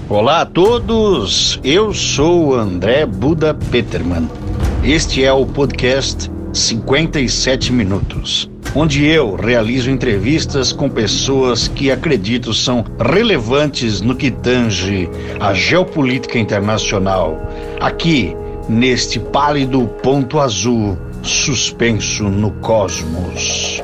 Olá a todos, eu sou André Buda Petermann. Este é o podcast 57 Minutos, onde eu realizo entrevistas com pessoas que acredito são relevantes no que tange a geopolítica internacional, aqui neste pálido ponto azul suspenso no cosmos.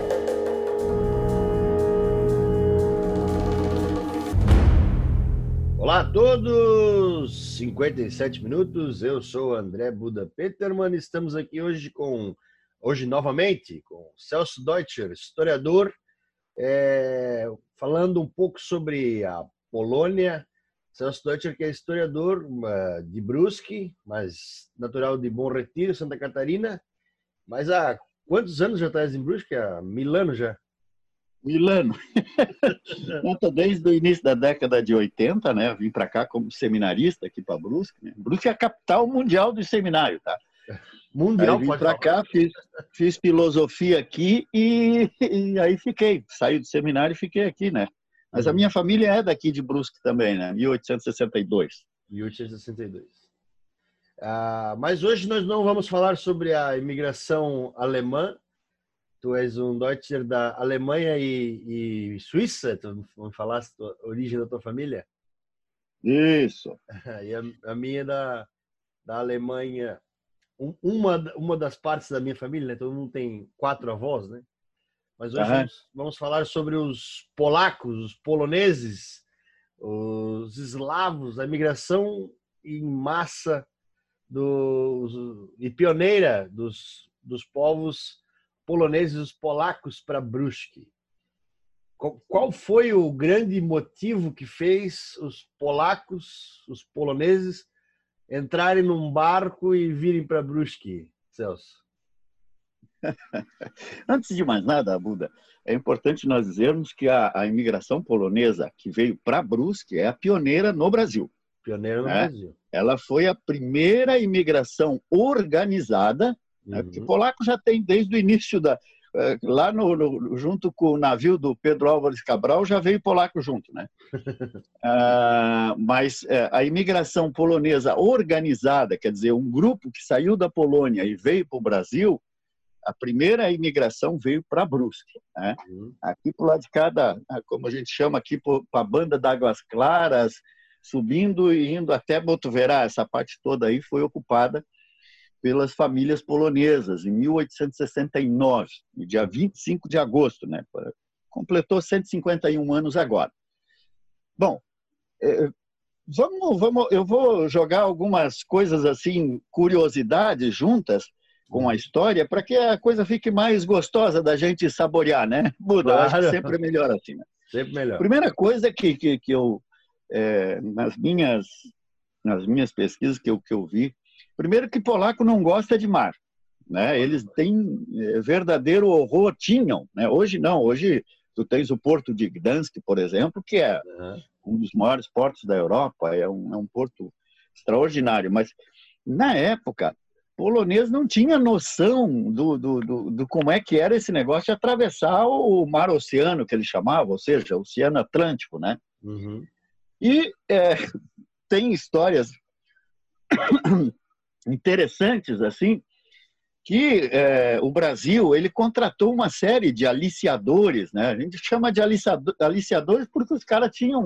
Olá a todos, 57 minutos, eu sou André Buda Petermann, estamos aqui hoje novamente com Celso Deutscher, historiador, falando um pouco sobre a Polônia. Celso Deutscher, que é historiador de Brusque, mas natural de Bom Retiro, Santa Catarina, mas há quantos anos já estás em Brusque? Há 1000 anos já? Milano. Desde o início da década de 80, né? Vim para cá como seminarista aqui para Brusque. Né? Brusque é a capital mundial do seminário, tá? Mundial, aí vim para cá, fiz filosofia aqui e aí fiquei. Saí do seminário e fiquei aqui, né? Mas a minha família é daqui de Brusque também, né? 1862. 1862. Mas hoje nós não vamos falar sobre a imigração alemã. Tu és um Deutscher da Alemanha e Suíça, tu me falaste a origem da tua família? Isso. E a minha é da Alemanha, uma das partes da minha família, né? Todo mundo tem 4 avós, né? Mas hoje vamos falar sobre os polacos, os poloneses, os eslavos, a imigração em massa e pioneira dos povos poloneses, os polacos, para Brusque. Qual foi o grande motivo que fez os polacos, os poloneses, entrarem num barco e virem para Brusque, Celso? Antes de mais nada, Buda, é importante nós dizermos que a imigração polonesa que veio para Brusque é a pioneira no Brasil. Pioneira no Brasil. Ela foi a primeira imigração organizada. Porque polaco já tem desde o início lá junto com o navio do Pedro Álvares Cabral já veio polaco junto, né? Mas a imigração polonesa organizada, quer dizer, um grupo que saiu da Polônia e veio para o Brasil, a primeira imigração veio para Brusque, né? Aqui para o lado de cada, como a gente chama aqui, para a banda d'Águas Claras, subindo e indo até Botuverá, essa parte toda aí foi ocupada pelas famílias polonesas, em 1869, no dia 25 de agosto, né? Completou 151 anos agora. Bom, eu vou jogar algumas coisas assim, curiosidades juntas com a história, para que a coisa fique mais gostosa da gente saborear, né? Buda, claro. Acho que sempre é melhor assim, né? Sempre melhor. Primeira coisa que eu, nas minhas pesquisas que eu vi, primeiro que polaco não gosta de mar, né? Eles têm verdadeiro horror, tinham, né? Hoje não, hoje tu tens o porto de Gdansk, por exemplo, que é um dos maiores portos da Europa, é um porto extraordinário, mas na época, polonês não tinha noção do como é que era esse negócio de atravessar o mar-oceano, que eles chamavam, ou seja, o Oceano Atlântico, né? E tem histórias interessantes assim que o Brasil ele contratou uma série de aliciadores, né? A gente chama de aliciadores porque os caras tinham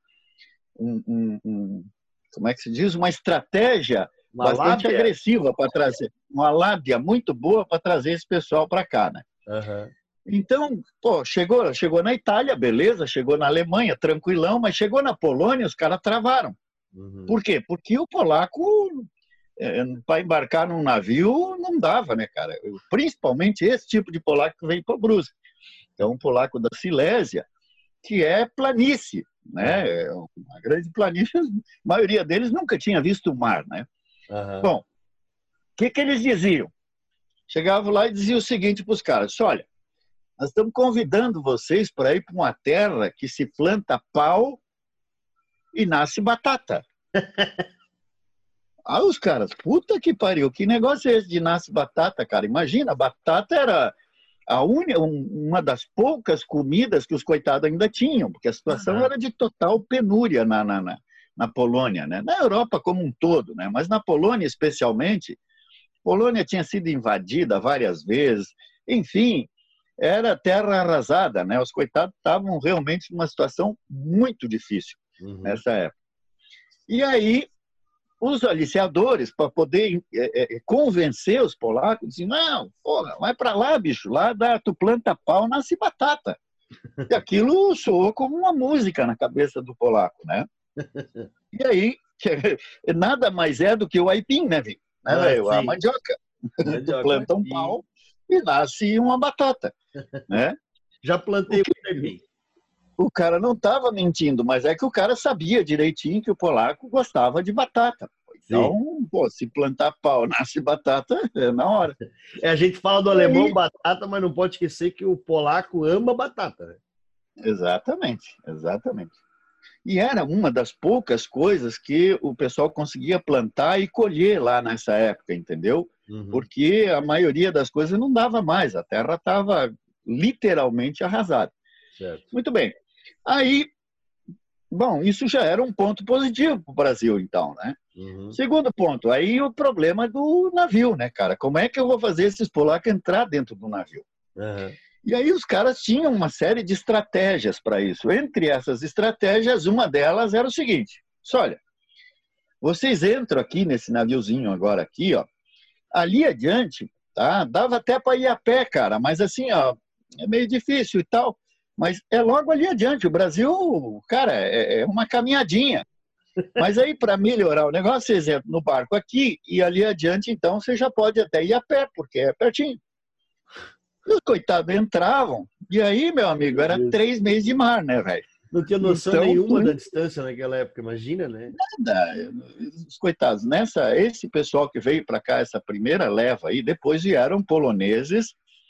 como é que se diz, uma estratégia bastante agressiva para trazer, uma lábia muito boa para trazer esse pessoal para cá, né? Então, chegou na Itália, beleza, chegou na Alemanha, tranquilão, mas chegou na Polônia, os caras travaram. Por quê? Porque o polaco, para embarcar num navio, não dava, né, cara? Principalmente esse tipo de polaco que vem para Brusque. É um polaco da Silésia, que é planície, né? É uma grande planície, a maioria deles nunca tinha visto o mar, né? Bom, o que eles diziam? Chegavam lá e diziam o seguinte para os caras: olha, nós estamos convidando vocês para ir para uma terra que se planta pau e nasce batata. Os caras, puta que pariu, que negócio é esse de nasce batata, cara? Imagina, a batata era uma das poucas comidas que os coitados ainda tinham, porque a situação era de total penúria na Polônia, né? Na Europa como um todo, né? Mas na Polônia especialmente, Polônia tinha sido invadida várias vezes, enfim, era terra arrasada, né? Os coitados estavam realmente numa situação muito difícil nessa época. E aí, os aliciadores, para poder convencer os polacos, diziam, não, porra, vai para lá, bicho, lá tu planta pau, nasce batata. E aquilo soou como uma música na cabeça do polaco, né? E aí, nada mais é do que o aipim, né, Vic? A mandioca. Tu planta um pau e nasce uma batata, né? Já plantei o aipim. O cara não estava mentindo, mas é que o cara sabia direitinho que o polaco gostava de batata. Então, pô, se plantar pau, nasce batata, é na hora. A gente fala do alemão batata, mas não pode esquecer que o polaco ama batata, né? Exatamente, exatamente. E era uma das poucas coisas que o pessoal conseguia plantar e colher lá nessa época, entendeu? Porque a maioria das coisas não dava mais, a terra estava literalmente arrasada. Certo. Muito bem. Aí, bom, isso já era um ponto positivo para o Brasil, então, né? Segundo ponto, aí o problema do navio, né, cara? Como é que eu vou fazer esses polacos entrar dentro do navio? E aí os caras tinham uma série de estratégias para isso. Entre essas estratégias, uma delas era o seguinte: olha, vocês entram aqui nesse naviozinho agora aqui, ó, ali adiante, tá? Dava até para ir a pé, cara, mas assim, ó, é meio difícil e tal. Mas é logo ali adiante. O Brasil, cara, é uma caminhadinha. Mas aí, para melhorar o negócio, vocês entram no barco aqui e ali adiante, então, você já pode até ir a pé, porque é pertinho. E os coitados entravam, e aí, meu amigo, era 3 meses de mar, né, velho? Não tinha noção nenhuma da distância naquela época, imagina, né? Nada. Os coitados, esse pessoal que veio para cá, essa primeira leva aí, depois vieram poloneses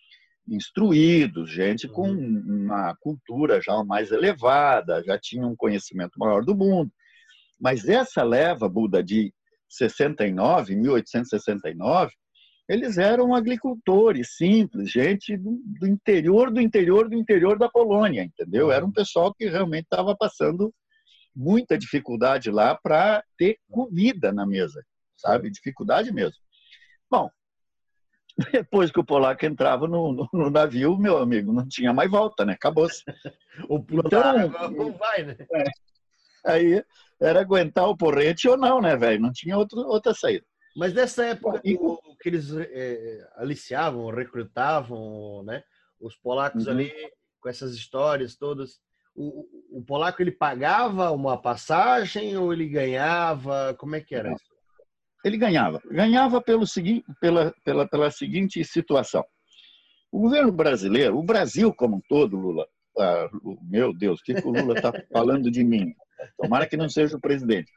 instruídos, gente com uma cultura já mais elevada, já tinha um conhecimento maior do mundo. Mas essa leva, Buda, de 69, 1869, eles eram agricultores simples, gente do interior da Polônia, entendeu? Era um pessoal que realmente estava passando muita dificuldade lá para ter comida na mesa, sabe? Dificuldade mesmo. Bom, depois que o polaco entrava no navio, meu amigo, não tinha mais volta, né? Acabou-se. Então, vai, né? Aí era aguentar o porrete ou não, né, velho? Não tinha outra saída. Mas nessa época que eles aliciavam, recrutavam, né, os polacos ali, com essas histórias todas, o polaco ele pagava uma passagem ou ele ganhava? Como é que era isso? Ele ganhava. Ganhava pela seguinte situação. O governo brasileiro, o Brasil como um todo, Lula, meu Deus, o que o Lula está falando de mim? Tomara que não seja o presidente.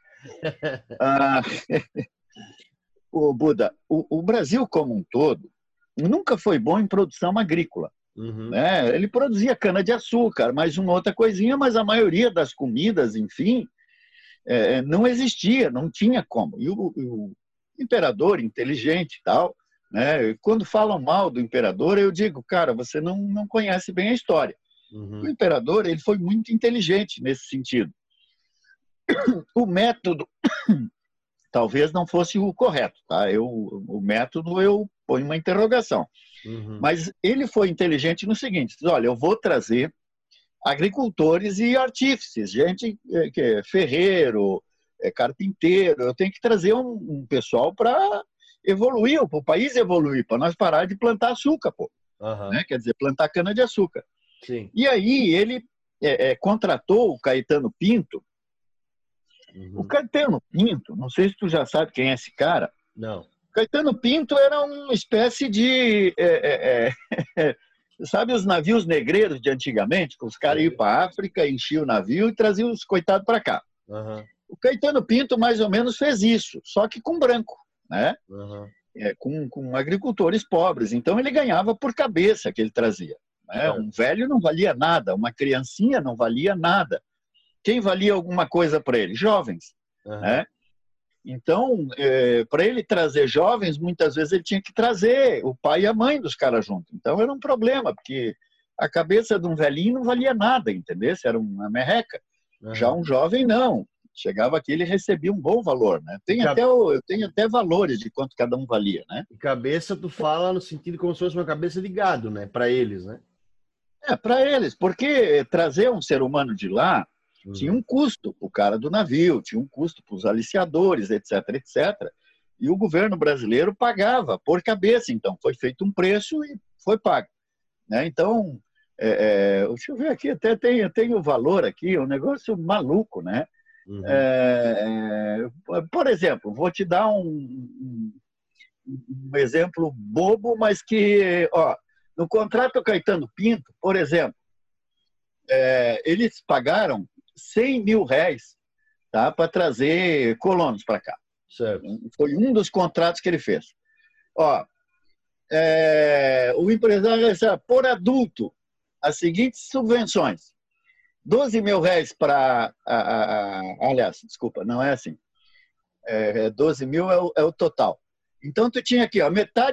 O Buda, o Brasil como um todo nunca foi bom em produção agrícola. Né? Ele produzia cana-de-açúcar, mais uma outra coisinha, mas a maioria das comidas, enfim, não existia, não tinha como. E o imperador inteligente e tal, né? Quando falam mal do imperador, eu digo, cara, você não conhece bem a história. O imperador ele foi muito inteligente nesse sentido. O método talvez não fosse o correto, tá? O método eu ponho uma interrogação. Mas ele foi inteligente no seguinte: olha, eu vou trazer agricultores e artífices, gente que é ferreiro, carpinteiro, eu tenho que trazer um pessoal para evoluir, para o país evoluir, para nós parar de plantar açúcar, pô. Né? Quer dizer, plantar cana-de-açúcar. E aí ele contratou o Caetano Pinto. O Caetano Pinto, não sei se tu já sabe quem é esse cara. Não. O Caetano Pinto era uma espécie de... sabe os navios negreiros de antigamente? Que os caras iam para a África, enchiam o navio e traziam os coitados para cá. O Caetano Pinto mais ou menos fez isso, só que com branco, né? Com agricultores pobres. Então ele ganhava por cabeça que ele trazia. Né? Um velho não valia nada, uma criancinha não valia nada. Quem valia alguma coisa para ele? Jovens. Né? Então, para ele trazer jovens, muitas vezes ele tinha que trazer o pai e a mãe dos caras juntos. Então era um problema, porque a cabeça de um velhinho não valia nada, entendeu? Era uma merreca. Já um jovem, não. Chegava aqui, ele recebia um bom valor, né? Eu tenho até valores de quanto cada um valia, né? E cabeça, tu fala no sentido como se fosse uma cabeça de gado, né? Para eles, né? Para eles, porque trazer um ser humano de lá tinha um custo, o cara do navio, tinha um custo para os aliciadores, etc, etc. E o governo brasileiro pagava por cabeça, então foi feito um preço e foi pago, né? Então, deixa eu ver aqui, até tem o valor aqui, um negócio maluco, né? Por exemplo, vou te dar um exemplo bobo, mas que, ó, no contrato Caetano Pinto, por exemplo, eles pagaram 100 mil réis, tá, para trazer colonos para cá. Certo. Foi um dos contratos que ele fez. Ó, o empresário recebe por adulto as seguintes subvenções: 12 mil réis para... aliás, desculpa, não é assim. 12 mil é o total. Então, tu tinha aqui, ó,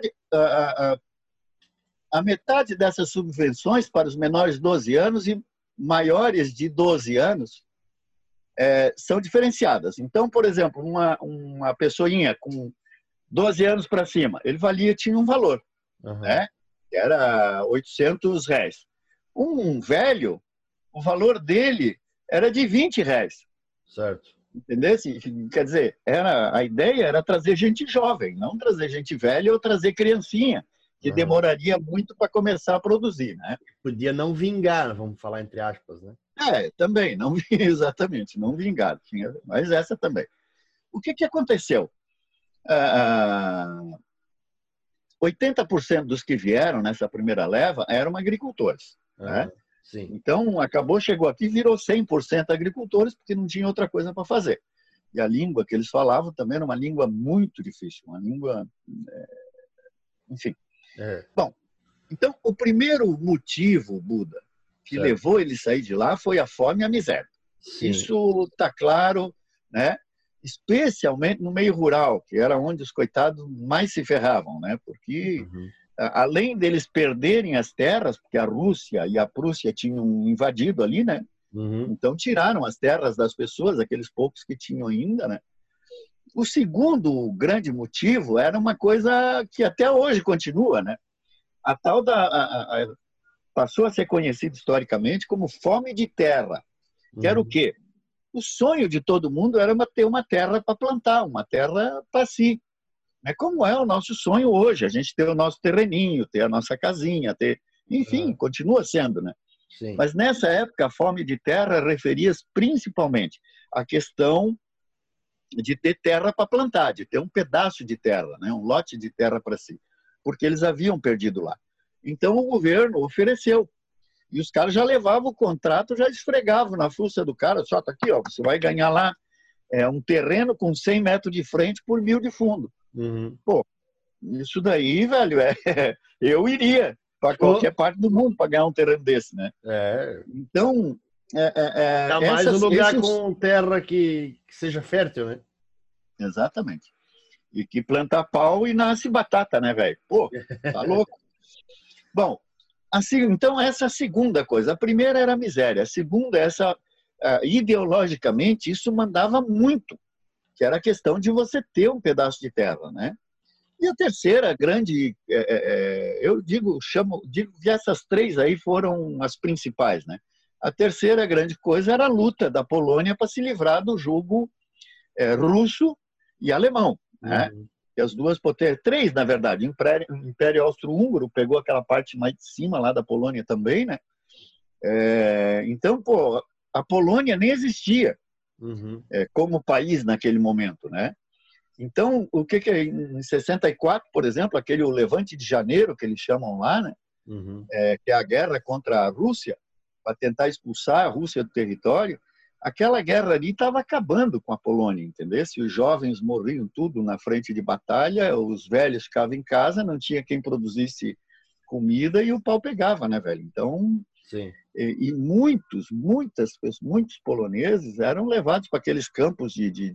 a metade dessas subvenções para os menores de 12 anos e maiores de 12 anos são diferenciadas. Então, por exemplo, uma pessoinha com 12 anos para cima, tinha um valor, né? Que era 800 réis. Um velho, o valor dele era de 20 réis. Certo. Entendeu? Quer dizer, a ideia era trazer gente jovem, não trazer gente velha ou trazer criancinha, que demoraria muito para começar a produzir, né? Podia não vingar, vamos falar entre aspas, né? Também, não exatamente, não vingar, mas essa também. O que aconteceu? 80% dos que vieram nessa primeira leva eram agricultores, né? Sim. Então, chegou aqui e virou 100% agricultores, porque não tinha outra coisa para fazer. E a língua que eles falavam também era uma língua muito difícil, uma língua... enfim. Bom, então, o primeiro motivo, Buda, que levou ele a sair de lá foi a fome e a miséria. Sim. Isso está claro, né? Especialmente no meio rural, que era onde os coitados mais se ferravam, né? Porque... além deles perderem as terras, porque a Rússia e a Prússia tinham invadido ali, né? Então tiraram as terras das pessoas, aqueles poucos que tinham ainda, né? O segundo grande motivo era uma coisa que até hoje continua, né? A tal passou a ser conhecida historicamente como fome de terra, que era o quê? O sonho de todo mundo era ter uma terra para plantar, uma terra para si. Como é o nosso sonho hoje, a gente ter o nosso terreninho, ter a nossa casinha, enfim, continua sendo, né? Sim. Mas nessa época a fome de terra referia-se principalmente à questão de ter terra para plantar, de ter um pedaço de terra, né? Um lote de terra para si, porque eles haviam perdido lá. Então o governo ofereceu, e os caras já levavam o contrato, já esfregavam na fuça do cara, só tá aqui, ó, você vai ganhar lá um terreno com 100 metros de frente por 1.000 de fundo. Pô, isso daí, velho, eu iria para qualquer parte do mundo para ganhar um terreno desse, né? Então, Dá mais um lugar com terra que seja fértil, né? Exatamente. E que planta pau e nasce batata, né, velho? Pô, tá louco? Bom, assim, então essa é a segunda coisa. A primeira era a miséria. A segunda, ideologicamente, isso mandava muito, que era a questão de você ter um pedaço de terra, né? E a terceira grande, eu digo que essas três aí foram as principais, né? A terceira grande coisa era a luta da Polônia para se livrar do jugo russo e alemão, né? E as duas potências, três na verdade, o Império Austro-Húngaro pegou aquela parte mais de cima lá da Polônia também, né? Então, pô, a Polônia nem existia como país naquele momento, né? Então, o que em 64, por exemplo, aquele Levante de Janeiro, que eles chamam lá, né? Que é a guerra contra a Rússia, para tentar expulsar a Rússia do território, aquela guerra ali estava acabando com a Polônia, entendeu? Se os jovens morriam tudo na frente de batalha, os velhos ficavam em casa, não tinha quem produzisse comida e o pau pegava, né, velho? Então, sim. E muitos poloneses eram levados para aqueles campos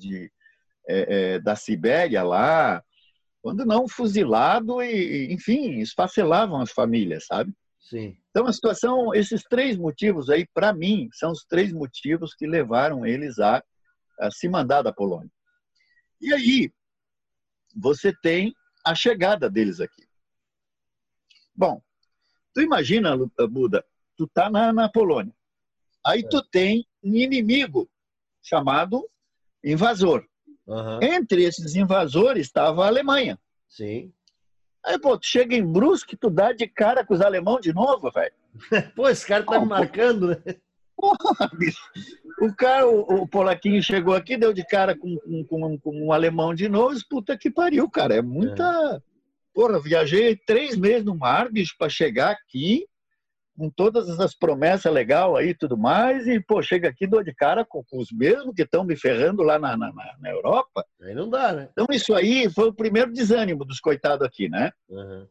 da Sibéria lá, quando não fuzilado e, enfim, esfacelavam as famílias, sabe? Sim. Então, a situação, esses três motivos aí, para mim, são os três motivos que levaram eles a se mandar da Polônia. E aí, você tem a chegada deles aqui. Bom, tu imagina, Buda, tu tá na Polônia. Aí tu tem um inimigo chamado invasor. Uhum. Entre esses invasores estava a Alemanha. Sim. Aí, pô, tu chega em Brusque, tu dá de cara com os alemães de novo, velho. Pô, esse cara tá me marcando, né? Porra, bicho. O polaquinho chegou aqui, deu de cara com um alemão de novo, puta que pariu, cara. É muita... Porra, viajei 3 meses no mar, bicho, para chegar aqui, com todas essas promessas legais aí e tudo mais, e, pô, chega aqui, dou de cara com os mesmos que estão me ferrando lá na Europa. Aí não dá, né? Então, isso aí foi o primeiro desânimo dos coitados aqui, né? Uhum.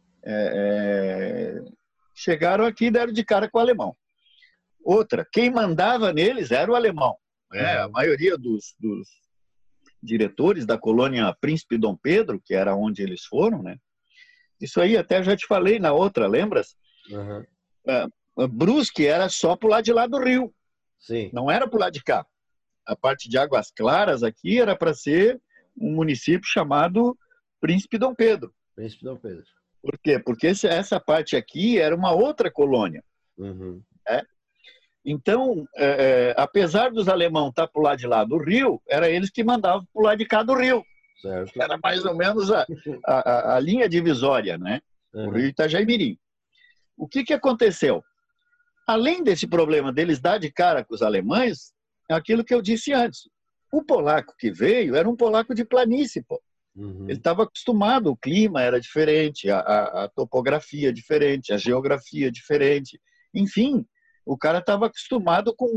Chegaram aqui e deram de cara com o alemão. Outra, quem mandava neles era o alemão. A maioria dos diretores da colônia Príncipe Dom Pedro, que era onde eles foram, né? Isso aí até já te falei na outra, lembras? Uhum. Brusque era só pro lado de lá do rio. Sim. Não era pro lado de cá. A parte de Águas Claras aqui era para ser um município chamado Príncipe Dom Pedro. Príncipe Dom Pedro. Por quê? Porque essa parte aqui era uma outra colônia. Uhum. Então, apesar dos alemães estar para o lado de lá do rio, era eles que mandavam para o lado de cá do rio. Certo. Era mais ou menos a linha divisória, né? O rio Itajaimirim. O que aconteceu? Além desse problema deles dar de cara com os alemães, é aquilo que eu disse antes. O polaco que veio era um polaco de planície, pô. Ele estava acostumado, o clima era diferente, a topografia diferente, a geografia diferente. Enfim, o cara estava acostumado com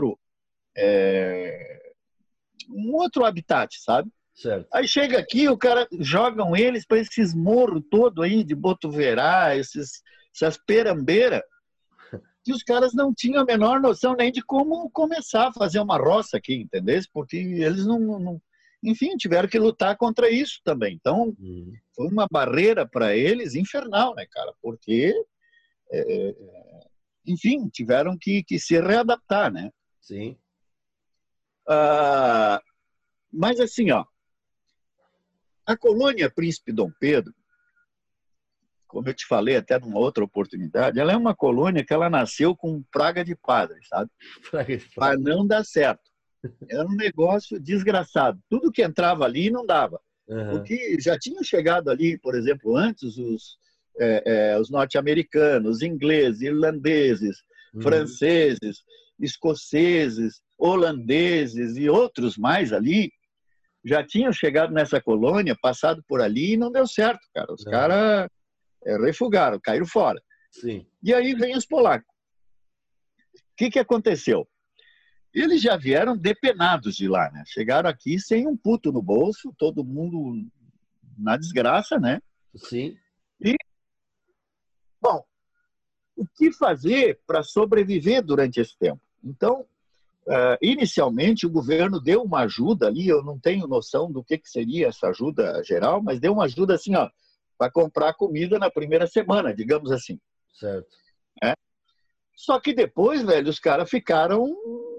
um outro habitat, sabe? Certo. Aí chega aqui, o cara jogam eles para esses morros todo aí de Botuverá, essas perambeiras, que os caras não tinham a menor noção nem de como começar a fazer uma roça aqui, entendeu? Porque eles não enfim, tiveram que lutar contra isso também. Então, foi uma barreira para eles infernal, né, cara? Porque, enfim, tiveram que se readaptar, né? Sim. Mas assim, ó, a colônia Príncipe Dom Pedro, como eu te falei até numa outra oportunidade, ela é uma colônia que ela nasceu com praga de padre, sabe? Para não dar certo. Era um negócio desgraçado. Tudo que entrava ali não dava. Porque já tinham chegado ali, por exemplo, antes os norte-americanos, ingleses, irlandeses, franceses, escoceses, holandeses e outros mais ali, já tinham chegado nessa colônia, passado por ali e não deu certo, cara. Os caras refugaram, caíram fora. Sim. E aí vem os polacos. O que aconteceu? Eles já vieram depenados de lá, né? Chegaram aqui sem um puto no bolso, todo mundo na desgraça, né? Sim. E, bom, o que fazer para sobreviver durante esse tempo? Então, inicialmente, o governo deu uma ajuda ali, eu não tenho noção do que seria essa ajuda geral, mas deu uma ajuda assim, ó, para comprar comida na primeira semana, digamos assim. Certo. Só que depois, velho, os caras ficaram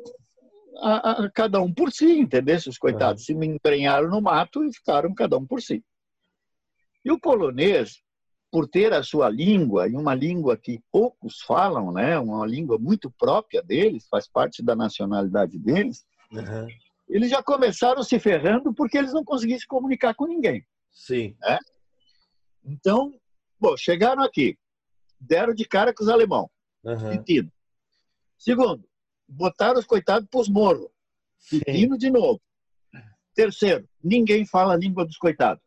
cada um por si, entendeu? Os coitados se embrenharam no mato e ficaram cada um por si. E o polonês, por ter a sua língua, e uma língua que poucos falam, né? Uma língua muito própria deles, faz parte da nacionalidade deles, eles já começaram se ferrando porque eles não conseguiam se comunicar com ninguém. Sim. Né? Então, bom, chegaram aqui, deram de cara com os alemão. Pepino. Segundo, botaram os coitados para os morros. Pepino de novo. Terceiro, ninguém fala a língua dos coitados.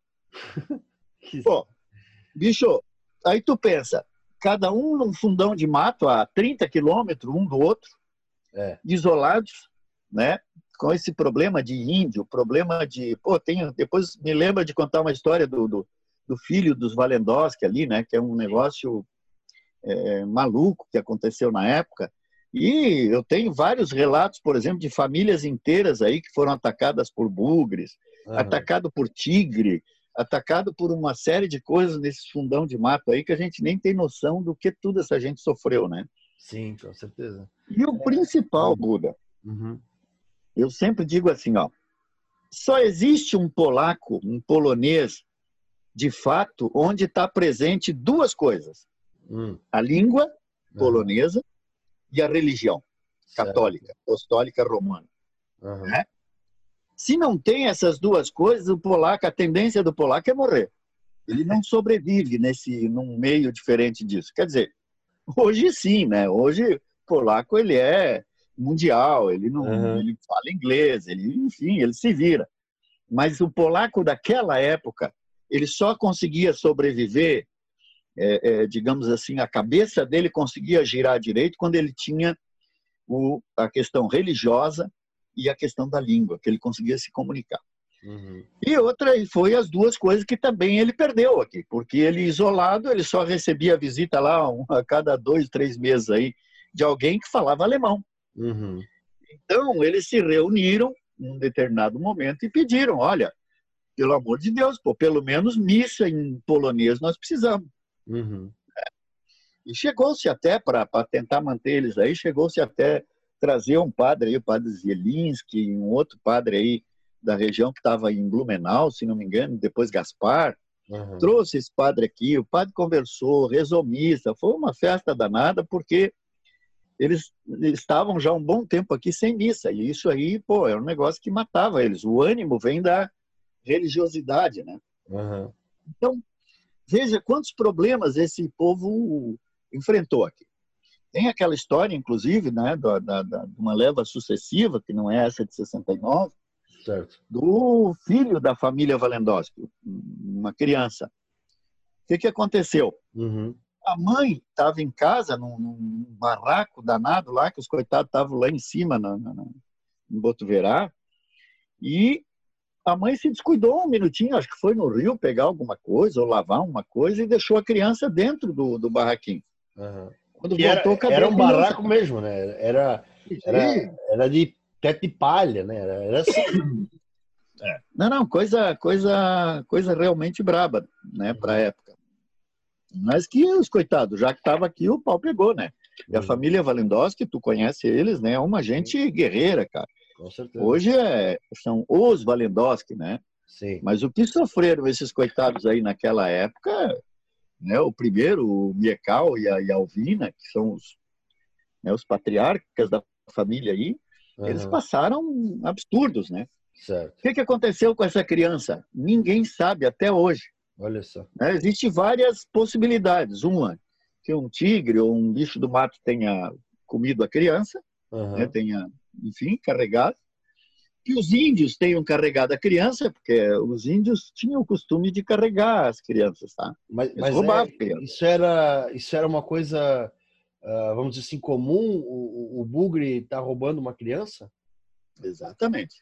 Pô, bicho, aí tu pensa, cada um num fundão de mato a 30 quilômetros um do outro, isolados, né? Com esse problema de índio, problema de... Pô, depois me lembra de contar uma história do filho dos Walendowski ali, né? Que é um negócio maluco que aconteceu na época. E eu tenho vários relatos, por exemplo, de famílias inteiras aí que foram atacadas por bugres, atacado por tigre, atacado por uma série de coisas nesse fundão de mato aí que a gente nem tem noção do que tudo essa gente sofreu, né? Sim, com certeza. E o principal, Buda, Eu sempre digo assim, ó, só existe um polaco, um polonês, de fato, onde está presente duas coisas. A língua polonesa e a religião católica, apostólica romana. Né? Se não tem essas duas coisas, o polaco, a tendência do polaco é morrer. Ele não sobrevive num meio diferente disso. Quer dizer, hoje sim, né? Hoje o polaco ele é mundial, ele não, ele fala inglês, enfim, ele se vira. Mas o polaco daquela época, ele só conseguia sobreviver, digamos assim, a cabeça dele conseguia girar direito quando ele tinha a questão religiosa e a questão da língua, que ele conseguia se comunicar. E outra foi as duas coisas que também ele perdeu aqui, porque ele isolado, ele só recebia visita lá a cada 2, 3 meses aí de alguém que falava alemão. Então, eles se reuniram num determinado momento e pediram, olha, pelo amor de Deus, pô, pelo menos missa em polonês nós precisamos. E chegou-se até, para tentar manter eles aí, chegou-se até trazer um padre aí, o padre Zielinski, um outro padre aí da região que estava em Blumenau, se não me engano, depois Gaspar, trouxe esse padre aqui, o padre conversou, rezou missa, foi uma festa danada, porque eles estavam já um bom tempo aqui sem missa, e isso aí, pô, era um negócio que matava eles, o ânimo vem da religiosidade, né? Então, veja quantos problemas esse povo enfrentou aqui. Tem aquela história, inclusive, né, de uma leva sucessiva, que não é essa de 69, certo, do filho da família Walendowski, uma criança. O que aconteceu? A mãe estava em casa, num barraco danado lá, que os coitados estavam lá em cima, em Botuverá, e a mãe se descuidou um minutinho, acho que foi no rio pegar alguma coisa, ou lavar uma coisa, e deixou a criança dentro do barraquinho. Quando voltou, era um barraco mesmo, né? Era de teto de palha, né? Era assim. Não, coisa realmente braba, né, para a época. Mas que os coitados, já que estava aqui, o pau pegou, né? E a família Walendowski, tu conhece eles, né? É uma gente guerreira, cara. Com certeza. Hoje são os Walendowski, né? Sim. Mas o que sofreram esses coitados aí naquela época, né? O primeiro, o Miekal e a Alvina, que são os patriarcas da família aí, eles passaram absurdos, né? Certo. O que aconteceu com essa criança? Ninguém sabe até hoje. Olha só. Existem várias possibilidades. Uma, que um tigre ou um bicho do mato tenha comido a criança, né, tenha, enfim, carregado. Que os índios tenham carregado a criança, porque os índios tinham o costume de carregar as crianças, tá? Mas roubavam isso era uma coisa, vamos dizer assim, comum, o bugre estar roubando uma criança? Exatamente.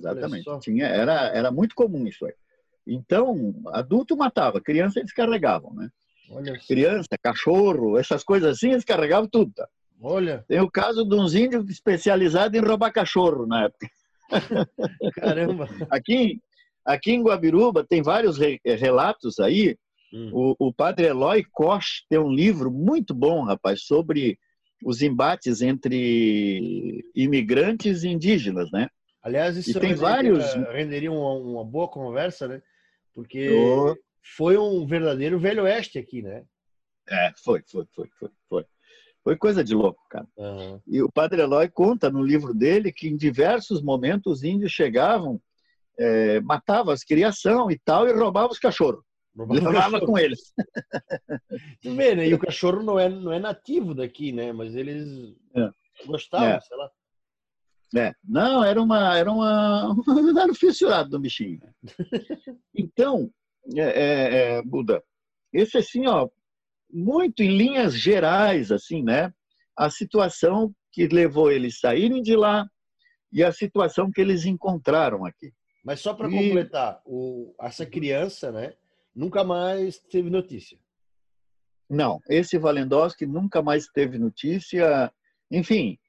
Era muito comum isso aí. Então, adulto matava, criança eles carregavam, né? Criança, cachorro, essas coisas assim, eles carregavam tudo, tá? Olha. Tem o caso de uns índios especializados em roubar cachorro na época. Caramba! Aqui em Guabiruba tem vários relatos aí. O padre Eloy Koch tem um livro muito bom, rapaz, sobre os embates entre imigrantes e indígenas, né? Aliás, isso renderia uma boa conversa, né? Porque foi um verdadeiro velho oeste aqui, né? Foi. Foi coisa de louco, cara. E o padre Eloy conta no livro dele que em diversos momentos os índios chegavam, matavam as criação e tal, e roubavam os cachorros. Levava com eles. Tu vê, né? E o cachorro não é nativo daqui, né? Mas eles gostavam, sei lá. Não, era um fissurado do bichinho. Então, Buda, esse assim, ó, muito em linhas gerais, assim, né? A situação que levou eles saírem de lá e a situação que eles encontraram aqui. Mas só para completar, essa criança, né? Nunca mais teve notícia. Não, esse Walendowski nunca mais teve notícia. Enfim,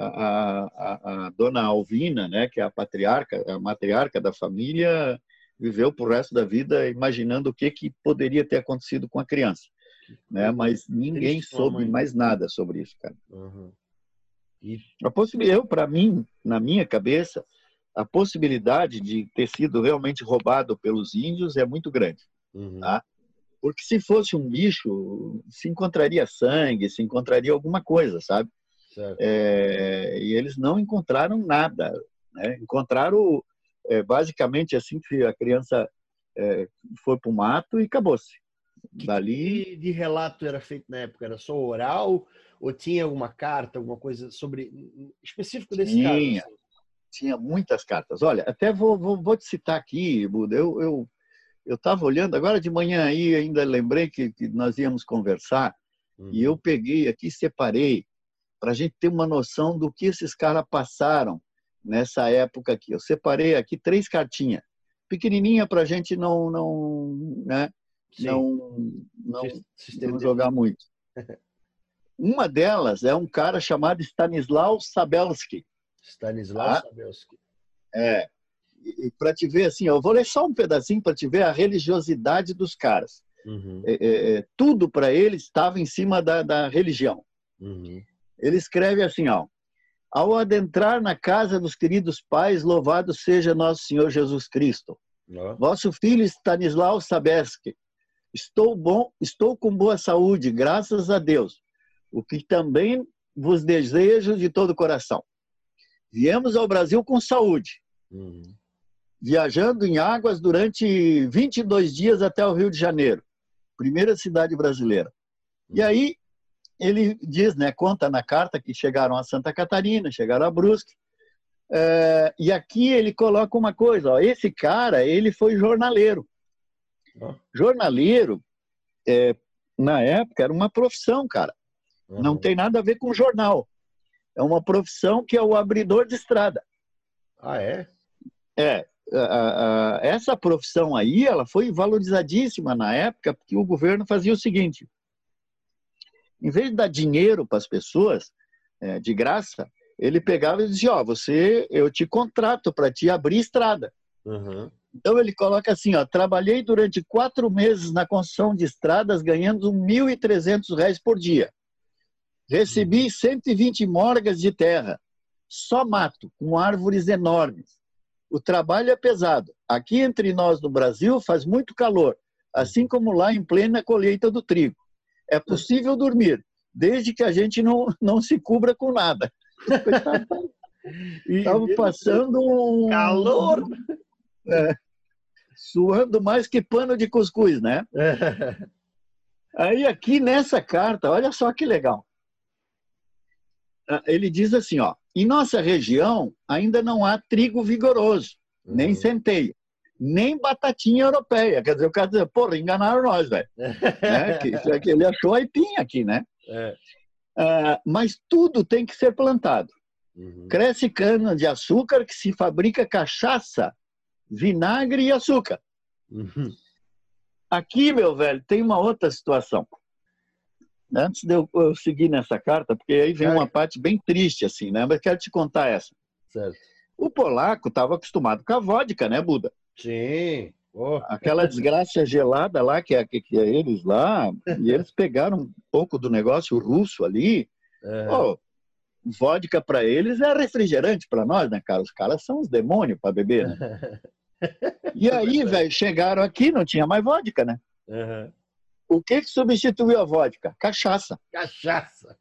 a dona Alvina, né, que é a matriarca da família, viveu pro resto da vida imaginando o que poderia ter acontecido com a criança, né? Mas ninguém soube mais nada sobre isso, cara. E para mim, na minha cabeça, a possibilidade de ter sido realmente roubado pelos índios é muito grande. Tá? Porque se fosse um bicho, se encontraria sangue, se encontraria alguma coisa, sabe? E eles não encontraram nada, né? Encontraram basicamente assim que a criança foi para o mato e acabou-se. Dali... Que de relato era feito na época? Era só oral ou tinha alguma carta, alguma coisa sobre específico desse caso? Assim? Tinha muitas cartas. Olha, até vou te citar aqui, Buda. Eu estava olhando agora de manhã aí, ainda lembrei que nós íamos conversar e eu peguei aqui, separei para a gente ter uma noção do que esses caras passaram nessa época aqui. Eu separei aqui 3 cartinhas, pequenininha para a gente não jogar muito. Uma delas é um cara chamado Stanisław Sabelski. Stanisław Sabelski. E para te ver assim, eu vou ler só um pedacinho para te ver a religiosidade dos caras. Tudo para eles estava em cima da religião. Ele escreve assim, ó: ao adentrar na casa dos queridos pais, louvado seja nosso Senhor Jesus Cristo. Vosso filho Stanisław Sabelski. Estou com boa saúde, graças a Deus, o que também vos desejo de todo o coração. Viemos ao Brasil com saúde, viajando em águas durante 22 dias até o Rio de Janeiro, primeira cidade brasileira. E aí ele diz, né, conta na carta que chegaram a Santa Catarina, chegaram a Brusque, e aqui ele coloca uma coisa, ó, esse cara, ele foi jornaleiro. Jornaleiro, na época, era uma profissão, cara. Não tem nada a ver com jornal. É uma profissão que é o abridor de estrada. Ah, é? Essa profissão aí, ela foi valorizadíssima na época, porque o governo fazia o seguinte: em vez de dar dinheiro para as pessoas, de graça, ele pegava e dizia, ó, eu te contrato para te abrir estrada. Então ele coloca assim, ó, trabalhei durante 4 meses na construção de estradas, ganhando R$ 1.300 por dia. Recebi 120 morgas de terra, só mato, com árvores enormes. O trabalho é pesado. Aqui entre nós no Brasil faz muito calor, assim como lá em plena colheita do trigo. É possível dormir, desde que a gente não se cubra com nada. Estava passando um calor, suando mais que pano de cuscuz, né? Aí aqui nessa carta, olha só que legal. Ele diz assim, ó, em nossa região ainda não há trigo vigoroso, nem centeio, nem batatinha europeia. Quer dizer, o cara diz, porra, enganaram nós, velho. Né? que ele achou aipim aqui, né? Mas tudo tem que ser plantado. Cresce cana de açúcar que se fabrica cachaça, vinagre e açúcar. Aqui, meu velho, tem uma outra situação. Antes de eu seguir nessa carta, porque aí vem uma parte bem triste, assim, né? Mas quero te contar essa. Certo. O polaco estava acostumado com a vodka, né, Buda? Sim. Aquela desgraça gelada lá, que é eles lá, e eles pegaram um pouco do negócio russo ali. Vodka para eles é refrigerante para nós, né, cara? Os caras são os demônios para beber, né? E aí, velho, chegaram aqui, não tinha mais vodka, né? O que substituiu a vodka? Cachaça. Cachaça.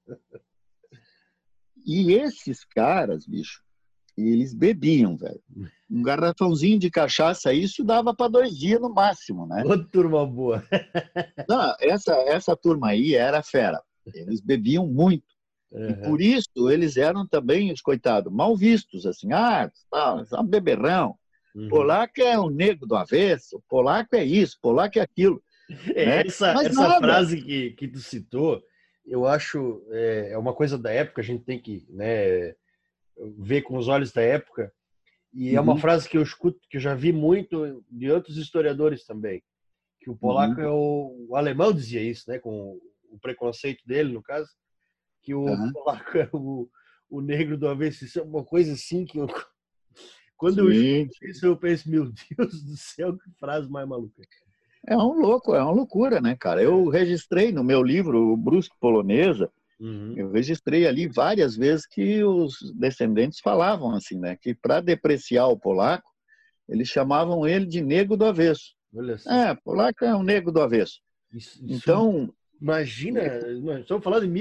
E esses caras, bicho, eles bebiam, velho. Um garrafãozinho de cachaça, isso dava para 2 dias no máximo, né? Ô, turma boa. Não, essa turma aí era fera. Eles bebiam muito. E por isso eles eram também, os coitados, mal vistos, assim, só beberrão. Polaco é o negro do avesso, polaco é isso, polaco é aquilo. Né? Essa frase que tu citou, eu acho é uma coisa da época, a gente tem que, né, ver com os olhos da época, e é uma frase que eu escuto, que eu já vi muito de outros historiadores também, que o polaco o alemão dizia isso, né, com o preconceito dele, no caso, que o polaco é o negro do avesso. Isso é uma coisa assim que quando eu escuto isso, eu penso, meu Deus do céu, que frase mais maluca. É um louco, é uma loucura, né, cara? Eu registrei no meu livro, o Brusque Polonesa, Eu registrei ali várias vezes que os descendentes falavam assim, né? Que para depreciar o polaco, eles chamavam ele de nego do avesso. Olha só. Polaco é um nego do avesso. Então, imagina, estamos falando de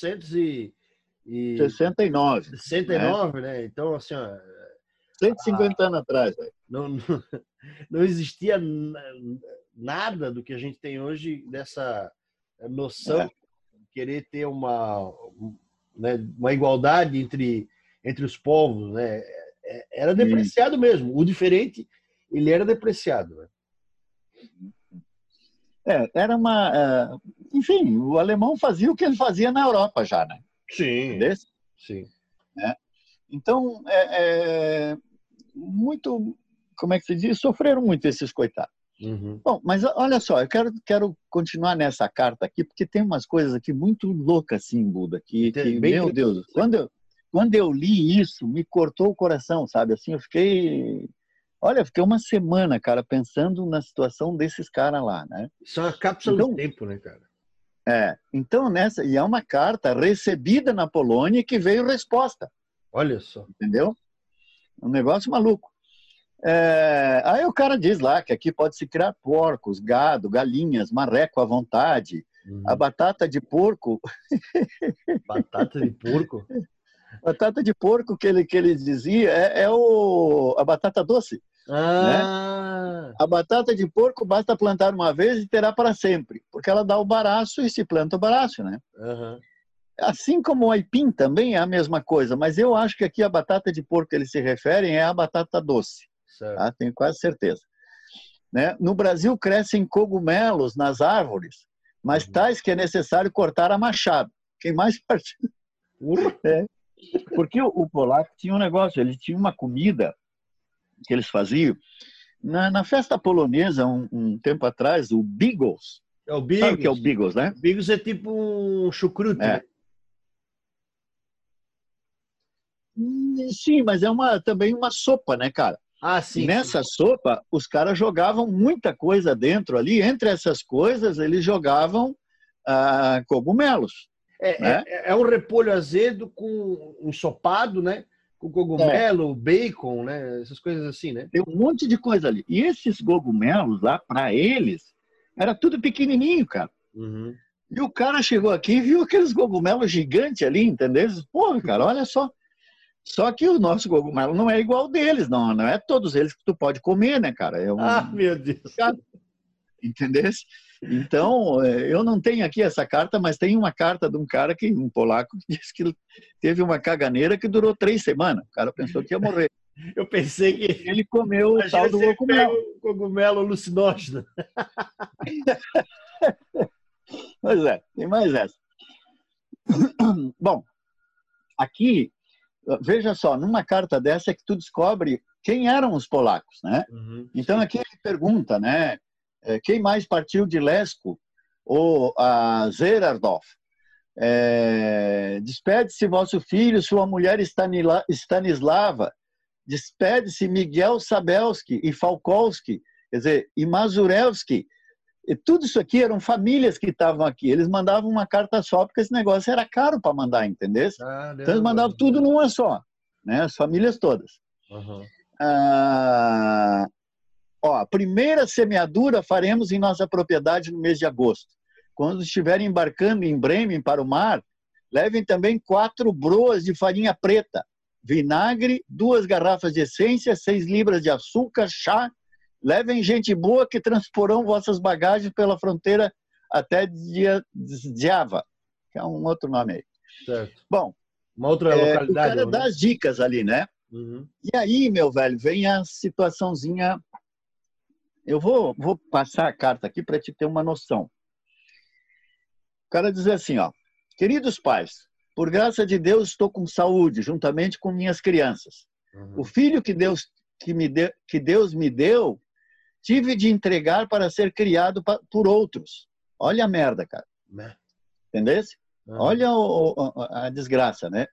1869, 69, né? Então, assim, ó, 150 anos atrás. Não existia nada do que a gente tem hoje dessa noção de querer ter uma igualdade entre os povos, né? Era depreciado mesmo. O diferente, ele era depreciado. Né? Era uma... enfim, o alemão fazia o que ele fazia na Europa já, né? Sim. Entendeu? Sim. Então, muito... Como é que se diz? Sofreram muito esses coitados. Bom, mas olha só, eu quero continuar nessa carta aqui, porque tem umas coisas aqui muito loucas, assim, Buda, que meu Deus, quando eu li isso, me cortou o coração, sabe? Assim, eu fiquei uma semana, cara, pensando na situação desses caras lá, né? Isso é uma cápsula do tempo, né, cara? Então, e é uma carta recebida na Polônia que veio resposta. Olha só. Entendeu? Um negócio maluco. Aí o cara diz lá que aqui pode-se criar porcos, gado, galinhas, marreco à vontade. A batata de porco... Batata de porco? Batata de porco que ele dizia a batata doce. Né? A batata de porco basta plantar uma vez e terá para sempre, porque ela dá o baraço e se planta o baraço, né? Assim como o aipim também é a mesma coisa, mas eu acho que aqui a batata de porco que eles se referem é a batata doce. Tá? Tenho quase certeza. Né? No Brasil crescem cogumelos nas árvores, mas tais que é necessário cortar a machado. Quem mais partiu? Porque o polaco tinha um negócio, ele tinha uma comida que eles faziam na festa polonesa um tempo atrás, o bigos. É o bigos. Sabe o que é o bigos, né? O bigos é tipo um chucrute. Né? Sim, mas é também uma sopa, né, cara? Sim. E nessa sopa, os caras jogavam muita coisa dentro ali. Entre essas coisas, eles jogavam cogumelos. É um repolho azedo com ensopado, né? Com cogumelo, bacon, né? Essas coisas assim, né? Tem um monte de coisa ali. E esses cogumelos lá, para eles, era tudo pequenininho, cara. E o cara chegou aqui e viu aqueles cogumelos gigantes ali, entendeu? Pô, cara, olha só. Só que o nosso cogumelo não é igual deles, não é todos eles que tu pode comer, né, cara? Meu Deus. Entendeu? Então, eu não tenho aqui essa carta, mas tem uma carta de um cara, um polaco, que disse que teve uma caganeira que durou 3 semanas. O cara pensou que ia morrer. Eu pensei que... Ele comeu o tal do cogumelo. Cogumelo alucinógeno. Pois tem mais essa. Bom, aqui, veja só, numa carta dessa é que tu descobre quem eram os polacos, né? Então, aqui ele pergunta, né? Quem mais partiu de Lesko ou a Zerardov? Despede-se vosso filho, sua mulher Stanislava. Despede-se Miguel Sabelski e Falkowski, quer dizer, e Mazurewski. E tudo isso aqui eram famílias que estavam aqui. Eles mandavam uma carta só, porque esse negócio era caro para mandar, entendeu? Então eles mandavam tudo numa só, né? As famílias todas. A primeira semeadura faremos em nossa propriedade no mês de agosto. Quando estiverem embarcando em Bremen para o mar, levem também 4 broas de farinha preta, vinagre, 2 garrafas de essência, 6 libras de açúcar, chá. Levem gente boa que transporão vossas bagagens pela fronteira até Java, que é um outro nome aí. Certo. Bom, uma outra localidade. O cara dá as dicas ali, né? E aí, meu velho, vem a situaçãozinha... Eu vou passar a carta aqui para te ter uma noção. O cara diz assim, ó: queridos pais, por graça de Deus estou com saúde, juntamente com minhas crianças. O filho que Deus me deu, tive de entregar para ser criado por outros. Olha a merda, cara. Entendeu? Olha a desgraça, né?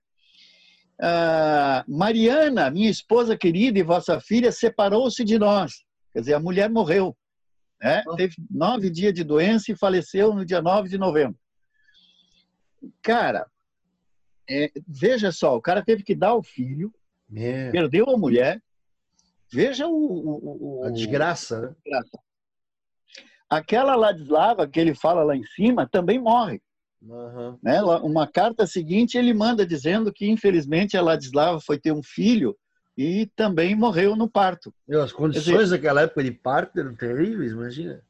Mariana, minha esposa querida e vossa filha, separou-se de nós. Quer dizer, a mulher morreu. Né? Teve 9 dias de doença e faleceu no dia 9 de novembro. Cara, veja só, o cara teve que dar o filho, perdeu a mulher. Veja a desgraça, né? Aquela Ladislava que ele fala lá em cima também morre. Uhum. Né? Uma carta seguinte ele manda dizendo que, infelizmente, a Ladislava foi ter um filho e também morreu no parto. As condições daquela época de parto eram terríveis, imagina.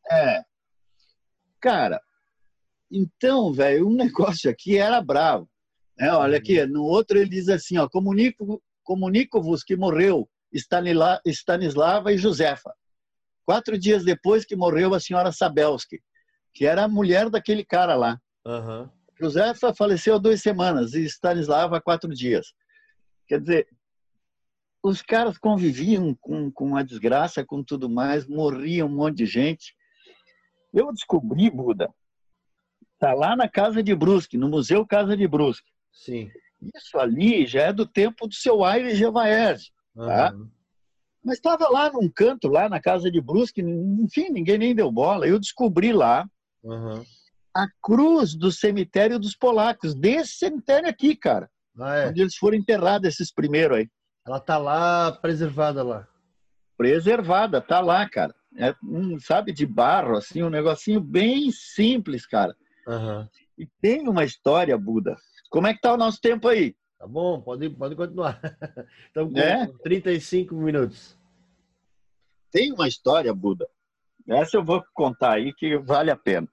Cara, então, velho, um negócio aqui era bravo. Né? Olha aqui, no outro ele diz assim, ó, comunico-vos que morreu Stanislava e Josefa. 4 dias depois que morreu a senhora Sabelski, que era a mulher daquele cara lá. Uhum. Josefa faleceu há 2 semanas e Stanislava há 4 dias. Quer dizer, os caras conviviam com a desgraça, com tudo mais, morria um monte de gente. Eu descobri, Buda, tá lá na Casa de Brusque, no Museu Casa de Brusque. Sim. Isso ali já é do tempo do seu Aires Gevaerd, tá? Uhum. Mas estava lá num canto, lá na Casa de Brusque, enfim, ninguém nem deu bola. Eu descobri lá a cruz do cemitério dos polacos, desse cemitério aqui, cara. Onde eles foram enterrados, esses primeiros aí. Ela tá lá, preservada lá. Preservada, tá lá, cara. Sabe, de barro, assim, um negocinho bem simples, cara. Uhum. E tem uma história, Buda. Como é que tá o nosso tempo aí? Tá bom, pode continuar. Estamos com 35 minutos. Tem uma história, Buda. Essa eu vou contar aí que vale a pena.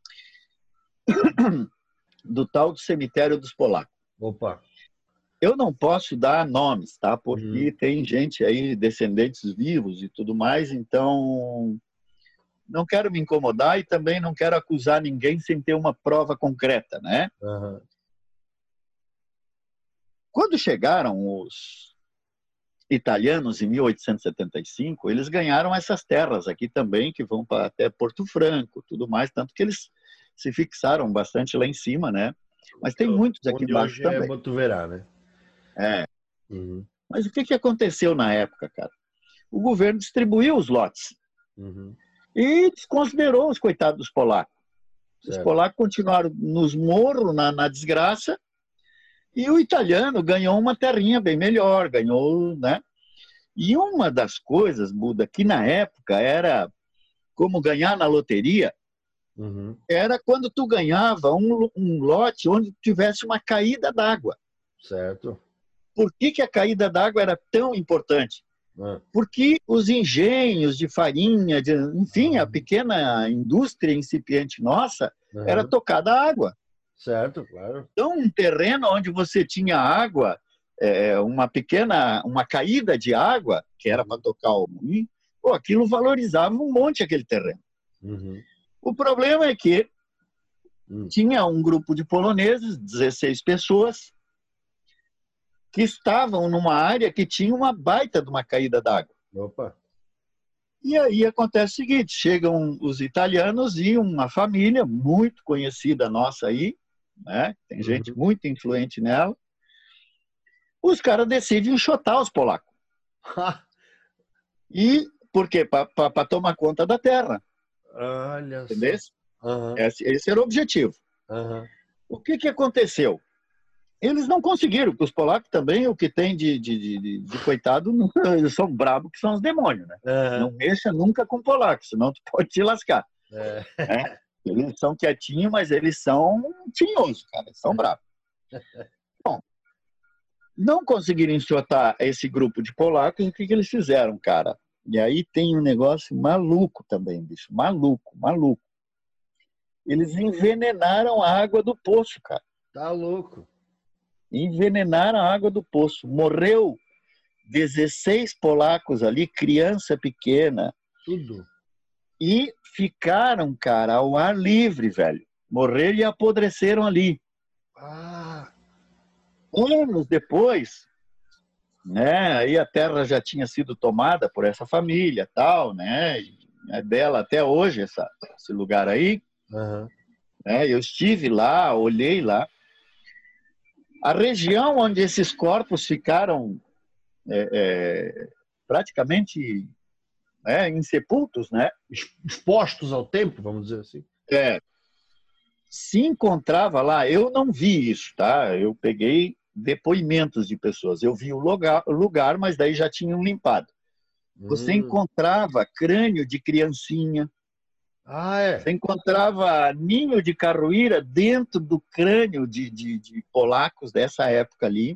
Do tal do cemitério dos polacos. Opa. Eu não posso dar nomes, tá? Porque tem gente aí, descendentes vivos e tudo mais, então não quero me incomodar e também não quero acusar ninguém sem ter uma prova concreta, né? Uhum. Quando chegaram os italianos em 1875, eles ganharam essas terras aqui também, que vão para até Porto Franco, tudo mais, tanto que eles se fixaram bastante lá em cima, né? Mas tem muitos aqui embaixo hoje também. É Botuverá, né? Uhum. Mas o que aconteceu na época, cara? O governo distribuiu os lotes e desconsiderou os coitados dos polacos. Certo. Os polacos continuaram nos morros, na desgraça, e o italiano ganhou uma terrinha bem melhor, ganhou, né? E uma das coisas, Buda, que na época era como ganhar na loteria, era quando tu ganhava um lote onde tivesse uma caída d'água. Certo. Por que a caída d'água era tão importante? Porque os engenhos de farinha, enfim, a pequena indústria incipiente nossa, era tocada a água. Certo, claro. Então, um terreno onde você tinha água, uma caída de água, que era para tocar o moinho, aquilo valorizava um monte aquele terreno. O problema é que tinha um grupo de poloneses, 16 pessoas, que estavam numa área que tinha uma baita de uma caída d'água. Opa! E aí acontece o seguinte, chegam os italianos e uma família muito conhecida nossa aí, né? Tem gente muito influente nela, os caras decidem enxotar os polacos. E por quê? Para tomar conta da terra. Olha entendeu? Só. Esse era o objetivo. O que aconteceu? Eles não conseguiram, porque os polacos também, o que tem de coitado, eles são bravos que são os demônios, né? Não mexa nunca com polaco, senão tu pode te lascar. Né? Eles são quietinhos, mas eles são tinhosos, cara, eles são bravos. Bom, não conseguiram enxotar esse grupo de polacos, o que eles fizeram, cara? E aí tem um negócio maluco também, bicho, maluco. Eles envenenaram a água do poço, cara. Tá louco. Envenenaram a água do poço. Morreu 16 polacos ali, criança pequena. Tudo. E ficaram, cara, ao ar livre, velho. Morreram e apodreceram ali. Anos depois, né, aí a terra já tinha sido tomada por essa família, tal, né? E é dela até hoje esse lugar aí. Eu estive lá, olhei lá. A região onde esses corpos ficaram praticamente insepultos, né? Expostos ao tempo, vamos dizer assim. se encontrava lá, eu não vi isso, tá? Eu peguei depoimentos de pessoas. Eu vi o lugar, mas daí já tinham limpado. Você encontrava crânio de criancinha. Ah, é? Você encontrava ninho de carroíra dentro do crânio de polacos dessa época ali.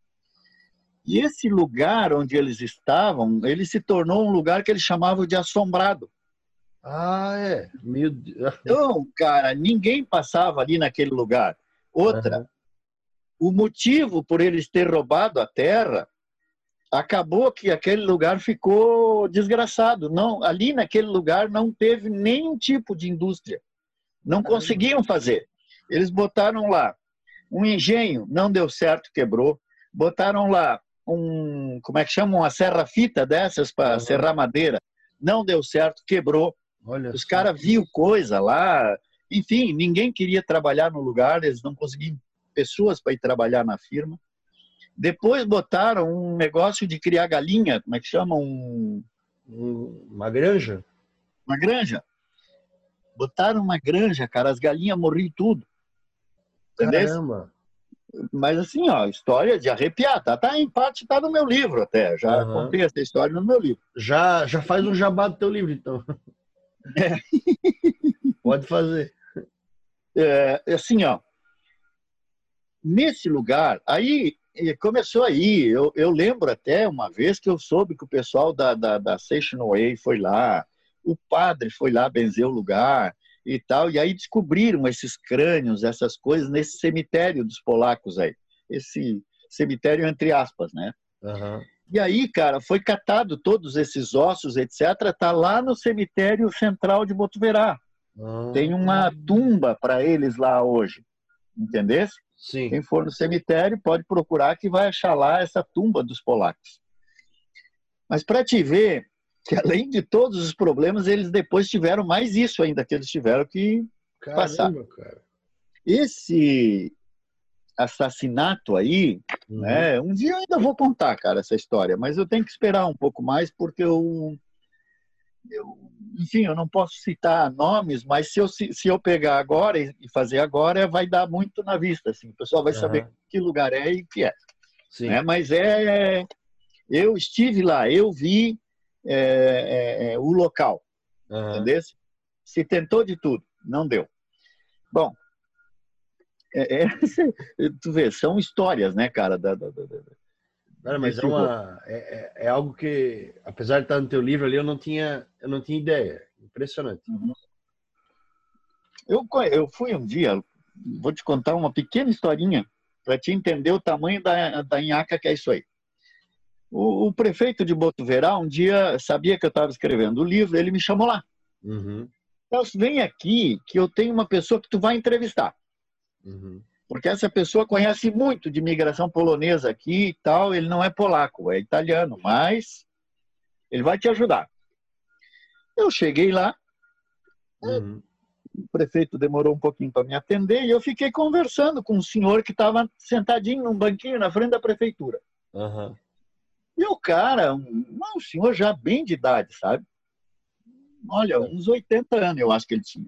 E esse lugar onde eles estavam, ele se tornou um lugar que eles chamavam de assombrado. Ah, é? Meu Deus. Então, cara, ninguém passava ali naquele lugar. Outra, o motivo por eles ter roubado a terra, acabou que aquele lugar ficou desgraçado. Não, ali naquele lugar não teve nenhum tipo de indústria. Não conseguiam fazer. Eles botaram lá um engenho, não deu certo, quebrou. Botaram lá como é que chama? Uma serra-fita dessas para serrar madeira. Não deu certo, quebrou. Olha, os caras viam coisa lá. Enfim, ninguém queria trabalhar no lugar, eles não conseguiam pessoas para ir trabalhar na firma. Depois botaram um negócio de criar galinha, como é que chama? Uma granja? Uma granja. Botaram uma granja, cara, as galinhas morriam tudo. Entendeu? Caramba! Mas assim, ó, história de arrepiar, tá em parte, tá no meu livro até, já contei essa história no meu livro. Já faz um jabá do teu livro, então. É. Pode fazer. Assim, ó, nesse lugar, aí começou aí, eu lembro até uma vez que eu soube que o pessoal da Station Way foi lá, o padre foi lá benzer o lugar e tal, e aí descobriram esses crânios, essas coisas nesse cemitério dos polacos aí, esse cemitério entre aspas, né? E aí, cara, foi catado todos esses ossos, etc., tá lá no cemitério central de Botuverá. Tem uma tumba para eles lá hoje, entendeu? Sim. Quem for no cemitério pode procurar que vai achar lá essa tumba dos polacos. Mas para te ver que além de todos os problemas, eles depois tiveram mais isso ainda que eles tiveram que passar. Cara. Esse assassinato aí, né? Um dia eu ainda vou contar, cara, essa história, mas eu tenho que esperar um pouco mais porque enfim, eu não posso citar nomes, mas se eu pegar agora e fazer agora, vai dar muito na vista, assim, o pessoal vai saber que lugar é e o que é. Sim. Né? Mas eu estive lá, eu vi o local, entendeu? Se tentou de tudo, não deu. Bom, tu vê, são histórias, né, cara? Cara, mas é algo que, apesar de estar no teu livro ali, eu não tinha ideia. Impressionante. Eu fui um dia, vou te contar uma pequena historinha para te entender o tamanho da nhaca que é isso aí. O prefeito de Botuverá um dia sabia que eu estava escrevendo o livro, ele me chamou lá. Celso, vem aqui que eu tenho uma pessoa que tu vai entrevistar. Porque essa pessoa conhece muito de imigração polonesa aqui e tal. Ele não é polaco, é italiano, mas ele vai te ajudar. Eu cheguei lá, o prefeito demorou um pouquinho para me atender e eu fiquei conversando com um senhor que estava sentadinho num banquinho na frente da prefeitura. E o cara, um senhor já bem de idade, sabe? Olha, uns 80 anos eu acho que ele tinha.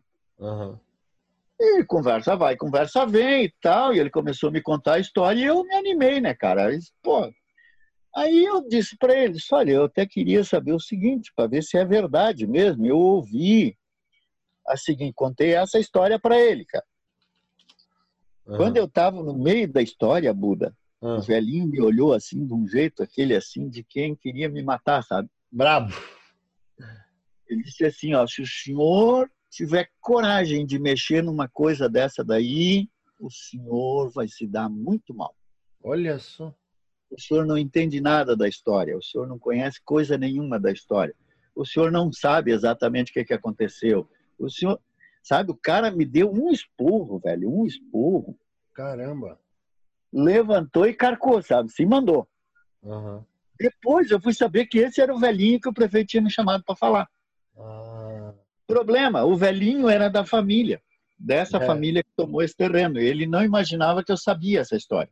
E conversa vai, conversa vem e tal. E ele começou a me contar a história e eu me animei, né, cara? Aí eu disse para ele, olha, eu até queria saber o seguinte, para ver se é verdade mesmo. Eu ouvi a seguinte, contei essa história para ele, cara. Quando eu estava no meio da história, Buda, o velhinho me olhou assim, de um jeito, aquele assim, de quem queria me matar, sabe? Brabo. Ele disse assim, ó, se o senhor tiver coragem de mexer numa coisa dessa daí, o senhor vai se dar muito mal. Olha só. O senhor não entende nada da história, o senhor não conhece coisa nenhuma da história, o senhor não sabe exatamente o que aconteceu. O senhor, sabe, o cara me deu um esporro, velho, um esporro. Caramba. Levantou e carcou, sabe, se mandou. Depois eu fui saber que esse era o velhinho que o prefeito tinha me chamado para falar. Problema, o velhinho era da família, dessa família que tomou esse terreno. Ele não imaginava que eu sabia essa história.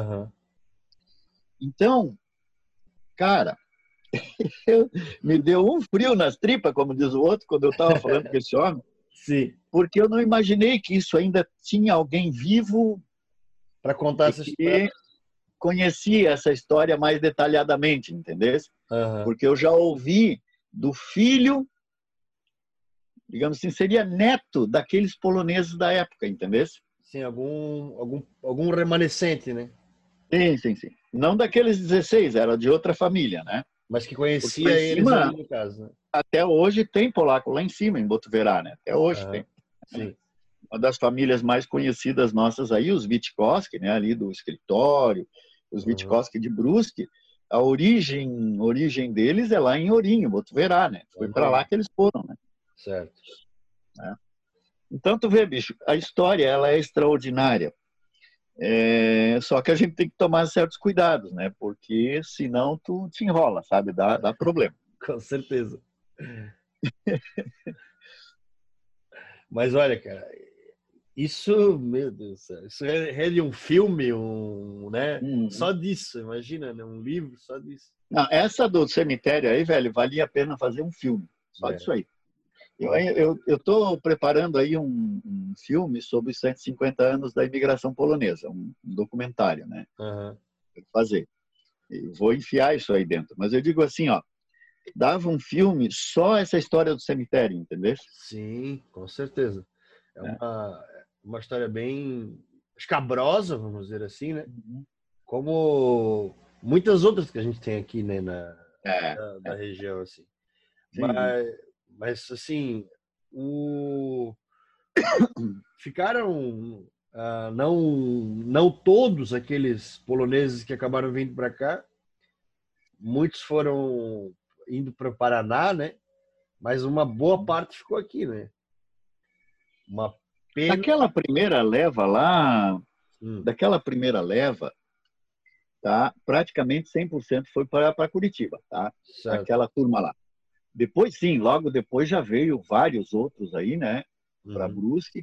Então, cara, me deu um frio nas tripas, como diz o outro, quando eu estava falando com esse homem. Sim. porque eu não imaginei que isso ainda tinha alguém vivo para contar essa história. Conhecia essa história mais detalhadamente, entendeu? Porque eu já ouvi do filho, digamos assim, seria neto daqueles poloneses da época, entendeu? Sim, algum remanescente, né? Sim. Não daqueles 16, era de outra família, né? Mas que conhecia eles ali no caso, né? Até hoje tem polaco lá em cima, em Botuverá, né? Até hoje tem. Sim. Uma das famílias mais conhecidas nossas aí, os Witkowski, né? Ali do escritório, os Witkowski de Brusque, a origem deles é lá em Ourinho, Botuverá, né? Foi para lá que eles foram, né? Certo. Então, tu vê, bicho, a história ela é extraordinária. Só que a gente tem que tomar certos cuidados, né? Porque senão tu te enrola, sabe? Dá problema. Com certeza. Mas olha, cara, isso, meu Deus do céu, isso é de um filme, né? Só disso, imagina, né? Um livro só disso. Não, essa do cemitério aí, velho, valia a pena fazer um filme, só disso aí. Eu estou preparando aí um filme sobre os 150 anos da imigração polonesa, um documentário, né? Vou fazer. Eu vou enfiar isso aí dentro. Mas eu digo assim, ó, dava um filme só essa história do cemitério, entendeu? Sim, com certeza. É uma história bem escabrosa, vamos dizer assim, né? Como muitas outras que a gente tem aqui, né, da região, assim. Mas assim, ficaram não todos aqueles poloneses que acabaram vindo para cá. Muitos foram indo para o Paraná, né? Mas uma boa parte ficou aqui, né? Uma pena. Daquela primeira leva lá, tá? Praticamente 100% foi para Curitiba, tá? Certo. Aquela turma lá. Depois, sim, logo depois já veio vários outros aí, né? Para Brusque,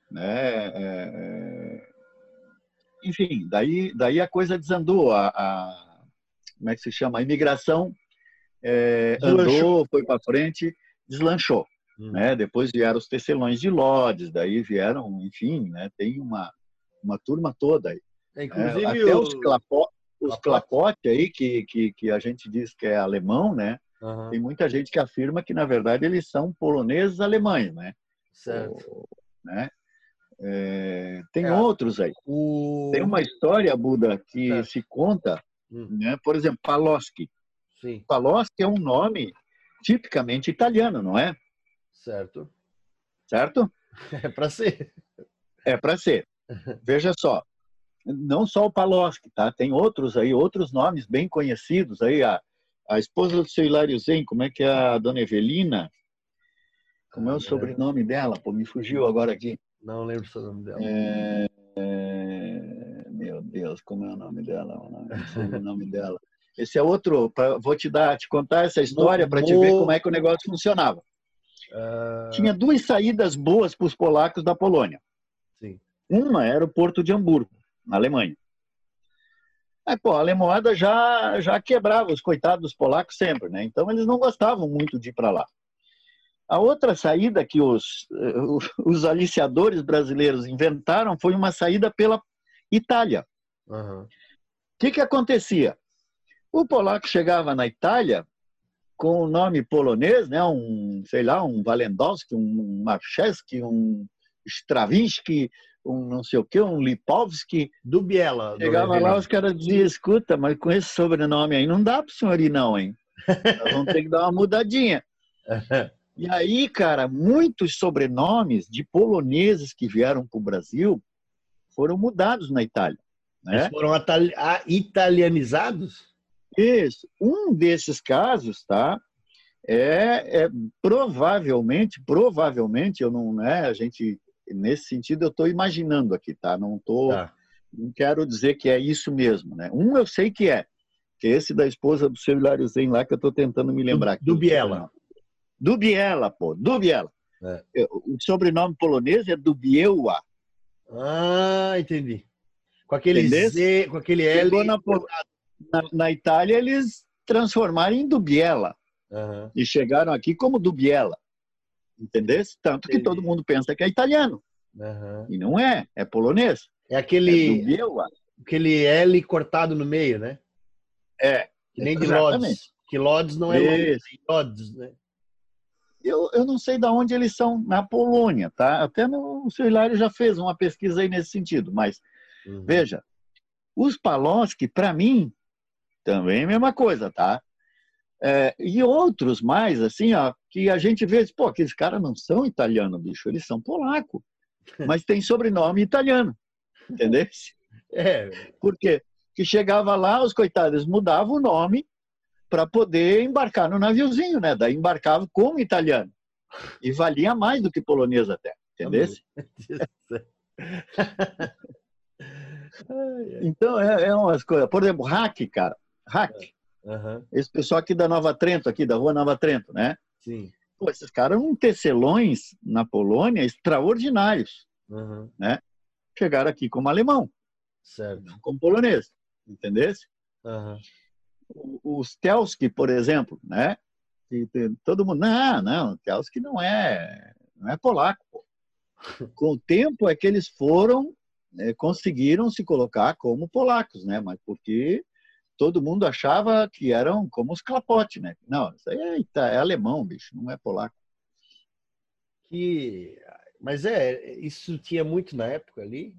né? Enfim, daí a coisa desandou. Como é que se chama? A imigração andou, foi para frente, deslanchou. Né? Depois vieram os tecelões de Lodz, daí vieram, enfim, né? Tem uma turma toda aí. Inclusive até os clapote aí, que a gente diz que é alemão, né? Tem muita gente que afirma que, na verdade, eles são poloneses alemães, né? Certo. Né? Tem outros aí. Tem uma história, Buda, que se conta, né? Por exemplo, Paloski. Sim. Paloski é um nome tipicamente italiano, não é? Certo. Certo? É para ser. É para ser. Veja só, não só o Paloski, tá? Tem outros aí, outros nomes bem conhecidos aí. A esposa do seu Hilário Zen, como é que é a dona Evelina? Como é o sobrenome dela? Pô, me fugiu agora aqui. Não lembro o sobrenome dela. Meu Deus, como é o nome dela? O sobrenome dela. Esse é outro. Vou te contar essa história para te ver como é que o negócio funcionava. Tinha duas saídas boas para os polacos da Polônia. Sim. Uma era o Porto de Hamburgo, na Alemanha. Aí, a alemoada já quebrava os coitados dos polacos sempre, né? Então eles não gostavam muito de ir para lá. A outra saída que os aliciadores brasileiros inventaram foi uma saída pela Itália. O que acontecia? O polaco chegava na Itália com o nome polonês, né? Sei lá, um Walendowski, um Marcheski, um Stravinsky, um não sei o quê, um Lipovski. Dubiela. Chegava lá, os caras diziam, escuta, mas com esse sobrenome aí não dá para o senhor ir não, hein? Nós vamos ter que dar uma mudadinha. E aí, cara, muitos sobrenomes de poloneses que vieram para o Brasil foram mudados na Itália. Né? Eles foram italianizados? Isso. Um desses casos, tá? Provavelmente, eu não, né? A gente, nesse sentido, eu estou imaginando aqui, tá? Não quero dizer que é isso mesmo, né? Eu sei que é esse da esposa do seu Hilário Zen lá, que eu estou tentando me lembrar. Aqui, Dubiela. Dubiela, pô, Dubiela. O sobrenome polonês é Dubieła. Entendi. Com aquele Z, com aquele L. Na Itália, eles transformaram em Dubiela. E chegaram aqui como Dubiela. entendeu? Tanto que todo mundo pensa que é italiano. Uhum. E não é, é polonês. É aquele L cortado no meio, né? É, que nem de exatamente. Lodz. Que Lodz não é Lodz, é Lodz, né? Eu não sei de onde eles são na Polônia, tá? Até o seu Hilário já fez uma pesquisa aí nesse sentido, mas veja, os Paloski, para mim, também é a mesma coisa, tá? E outros mais, assim, ó, que a gente vê, pô, aqueles caras não são italianos, bicho, eles são polaco, mas tem sobrenome italiano, entendeu? Por quê? Que chegava lá, os coitados mudavam o nome para poder embarcar no naviozinho, né? Daí embarcava como italiano. E valia mais do que polonês até, entendeu? Então, é umas coisas. Por exemplo, hack, cara. Hack. Esse pessoal aqui da Nova Trento, aqui da rua Nova Trento, né? Sim. Pô, esses caras eram tecelões na Polônia extraordinários, né? Chegaram aqui como alemão. Certo. Não como polonês, entendeu? Os Telski, por exemplo, né? Todo mundo, não, Telski não é polaco. Pô. Com o tempo é que eles conseguiram se colocar como polacos, né? Mas porque todo mundo achava que eram como os Klapote, né? Não, isso aí é alemão, bicho, não é polaco. Mas isso tinha muito na época ali,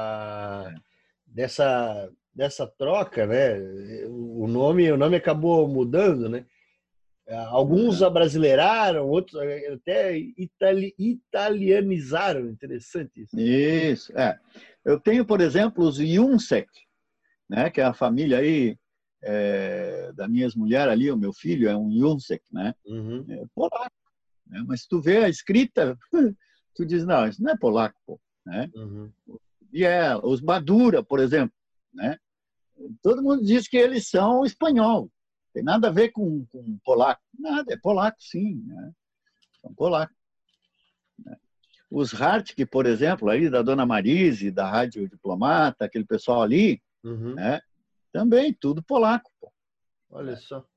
dessa troca, né? O nome acabou mudando, né? Alguns abrasileiraram, outros até italianizaram. Interessante isso. Isso, Eu tenho, por exemplo, os Junsek, né? Que é a família aí da minha ex-mulher ali, o meu filho é um Junsek, né? É polaco, né? Mas se tu vê a escrita, tu diz, não, isso não é polaco, pô, né? E os Madura, por exemplo, né? Todo mundo diz que eles são espanhol. Tem nada a ver com polaco. Nada, é polaco, sim. Né? São polacos. Né? Os Hartke, por exemplo, aí da Dona Marise, da Rádio Diplomata, aquele pessoal ali, né? Também, tudo polaco. Pô. Olha só.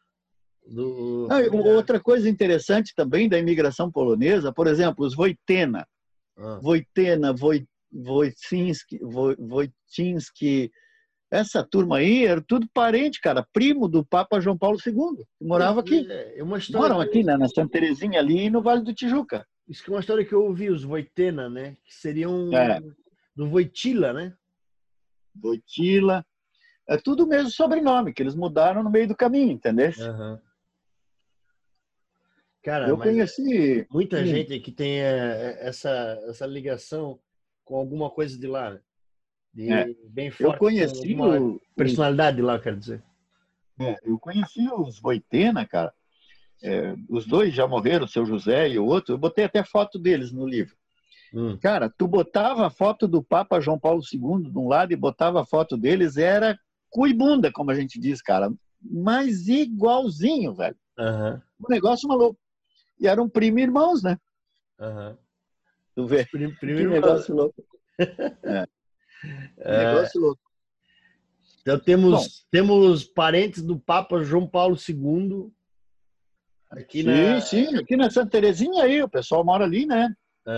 Outra coisa interessante também da imigração polonesa, por exemplo, os Wojtyła. Wojtyła, Wojciński, essa turma aí era tudo parente, cara, primo do Papa João Paulo II, que morava aqui. Moram aqui, né, na Santa Terezinha ali no Vale do Tijuca. Isso que é uma história que eu ouvi, os Wojtyła, né? Que seriam do Wojtyła, né? Wojtyła. É tudo o mesmo sobrenome, que eles mudaram no meio do caminho, entendeu? Cara, eu conheci muita gente que tem essa ligação com alguma coisa de lá, né? Bem forte. Eu conheci uma personalidade lá, quero dizer. Eu conheci os Wojtyła, cara. Os dois já morreram, o seu José e o outro. Eu botei até foto deles no livro. Cara, tu botava a foto do Papa João Paulo II de um lado e botava a foto deles, era cu e bunda, como a gente diz, cara. Mas igualzinho, velho. Um negócio maluco. E eram primo irmãos, né? Tu vê? Que negócio louco. Negócio louco. Então temos parentes do Papa João Paulo II aqui sim, aqui na Santa Terezinha aí, o pessoal mora ali, né?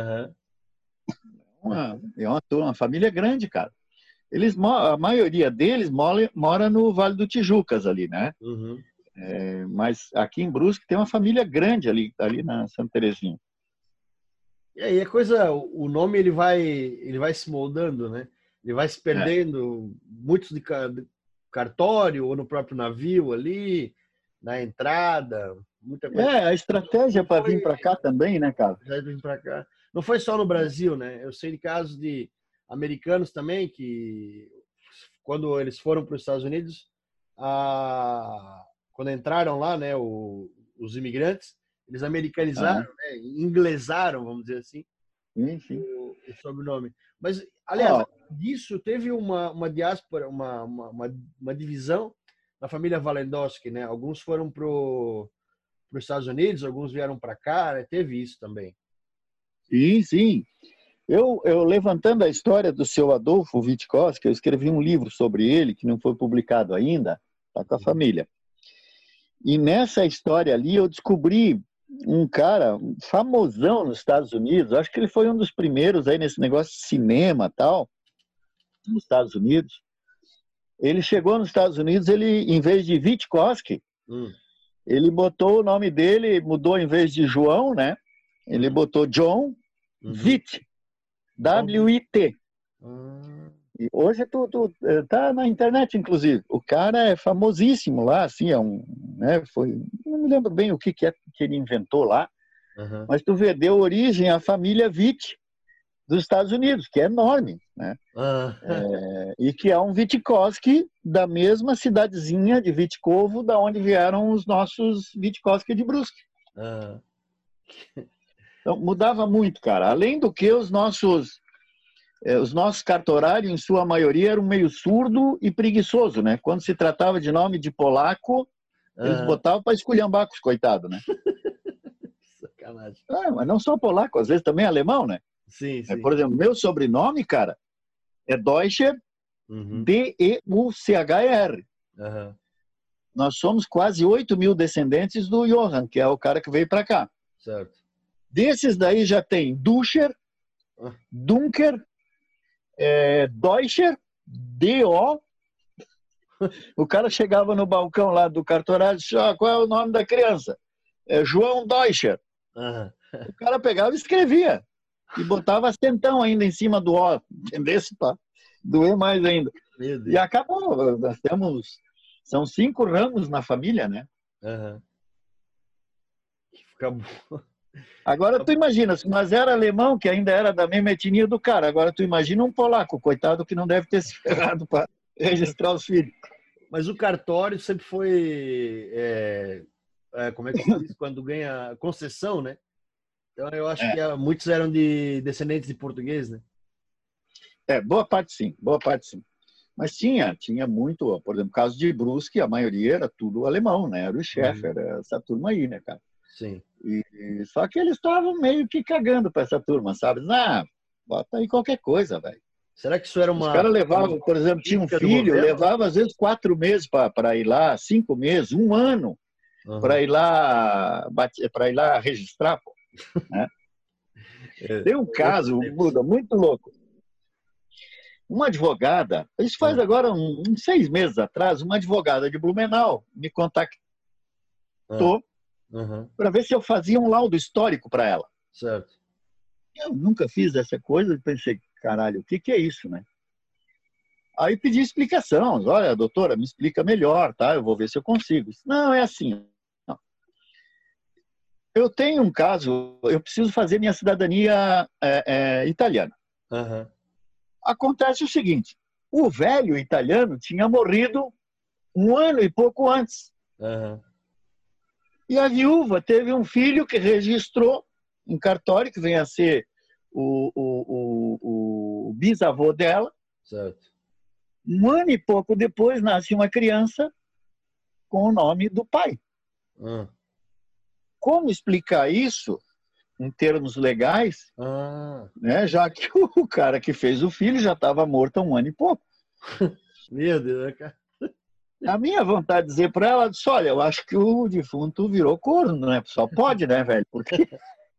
É uma família grande, cara. A maioria deles mora no Vale do Tijucas ali, né? Mas aqui em Brusque tem uma família grande ali na Santa Terezinha. E aí o nome ele vai se moldando, né? Ele vai se perdendo, muitos de cartório ou no próprio navio ali, na entrada, muita coisa. A estratégia para vir para cá também, né, cara? Já vir para cá. Não foi só no Brasil, né? Eu sei de casos de americanos também que, quando eles foram para os Estados Unidos, quando entraram lá, né, os imigrantes, eles americanizaram, né, inglesaram, vamos dizer assim, o sobrenome. Mas, aliás, disso teve uma diáspora, uma divisão na família Walendowski, né? Alguns foram para os Estados Unidos, alguns vieram para cá, né? Teve isso também. Sim. Eu levantando a história do seu Adolfo Witkowski, eu escrevi um livro sobre ele, que não foi publicado ainda, tá com a família. E nessa história ali eu descobri um cara famosão nos Estados Unidos, acho que ele foi um dos primeiros aí nesse negócio de cinema e tal, nos Estados Unidos. Ele chegou nos Estados Unidos, ele, em vez de Witkowski, ele botou o nome dele, mudou em vez de João, né? Ele botou John Witt, W-I-T. E hoje tu tá na internet, inclusive. O cara é famosíssimo lá, assim, né, não me lembro bem o que é que ele inventou lá, mas tu vê, deu origem à família Witt dos Estados Unidos, que é enorme, né? E que é um Witkowski da mesma cidadezinha de Witkovo, da onde vieram os nossos Witkowski de Brusque. Então, mudava muito, cara. Além do que os nossos cartorários, em sua maioria, eram meio surdo e preguiçoso, né? Quando se tratava de nome de polaco, eles botavam para esculhambar com os coitados, né? Sacanagem. Mas não só polaco, às vezes também alemão, né? Sim, sim. Por exemplo, meu sobrenome, cara, é Deutscher, D-E-U-C-H-R. Nós somos quase 8.000 descendentes do Johann, que é o cara que veio para cá. Certo. Desses daí já tem Duscher, Dunker, Deutscher, D-O. O cara chegava no balcão lá do cartorário e disse, qual é o nome da criança? É João Deutscher. O cara pegava e escrevia. E botava acentão ainda em cima do O. Entendesse? Para doer mais ainda. E acabou. Nós temos... São 5 ramos na família, né? Acabou. Agora tu imagina, se nós era alemão, que ainda era da mesma etnia do cara, agora tu imagina um polaco, coitado, que não deve ter se ferrado para registrar os filhos. Mas o cartório sempre foi, como é que se diz, quando ganha concessão, né? Então eu acho que muitos eram de descendentes de português, né? Boa parte sim. Mas tinha muito, por exemplo, caso de Brusque, a maioria era tudo alemão, né? Era o chefe, era essa turma aí, né, cara? Sim. Só que eles estavam meio que cagando para essa turma, sabe? Bota aí qualquer coisa, velho. Será que isso era uma... Os caras levavam, por exemplo, tinha um filho, levava às vezes 4 meses para ir lá, 5 meses, 1 ano, para ir lá registrar, pô, né? Tem um caso, Buda, muito louco. Uma advogada, isso faz agora uns 6 meses atrás, uma advogada de Blumenau me contactou para ver se eu fazia um laudo histórico para ela. Certo. Eu nunca fiz essa coisa e pensei, caralho, o que é isso, né? Aí pedi explicação. Olha, doutora, me explica melhor, tá? Eu vou ver se eu consigo. Não, é assim. Não. Eu tenho um caso, eu preciso fazer minha cidadania italiana. Acontece o seguinte, o velho italiano tinha morrido 1 ano e pouco antes. E a viúva teve um filho que registrou em cartório, que vem a ser o bisavô dela. Certo. 1 ano e pouco depois nasce uma criança com o nome do pai. Como explicar isso em termos legais, né, já que o cara que fez o filho já estava morto há 1 ano e pouco? Meu Deus, cara. A minha vontade de dizer para ela, disse, olha, eu acho que o defunto virou corno, né? Só pode, né, velho? Porque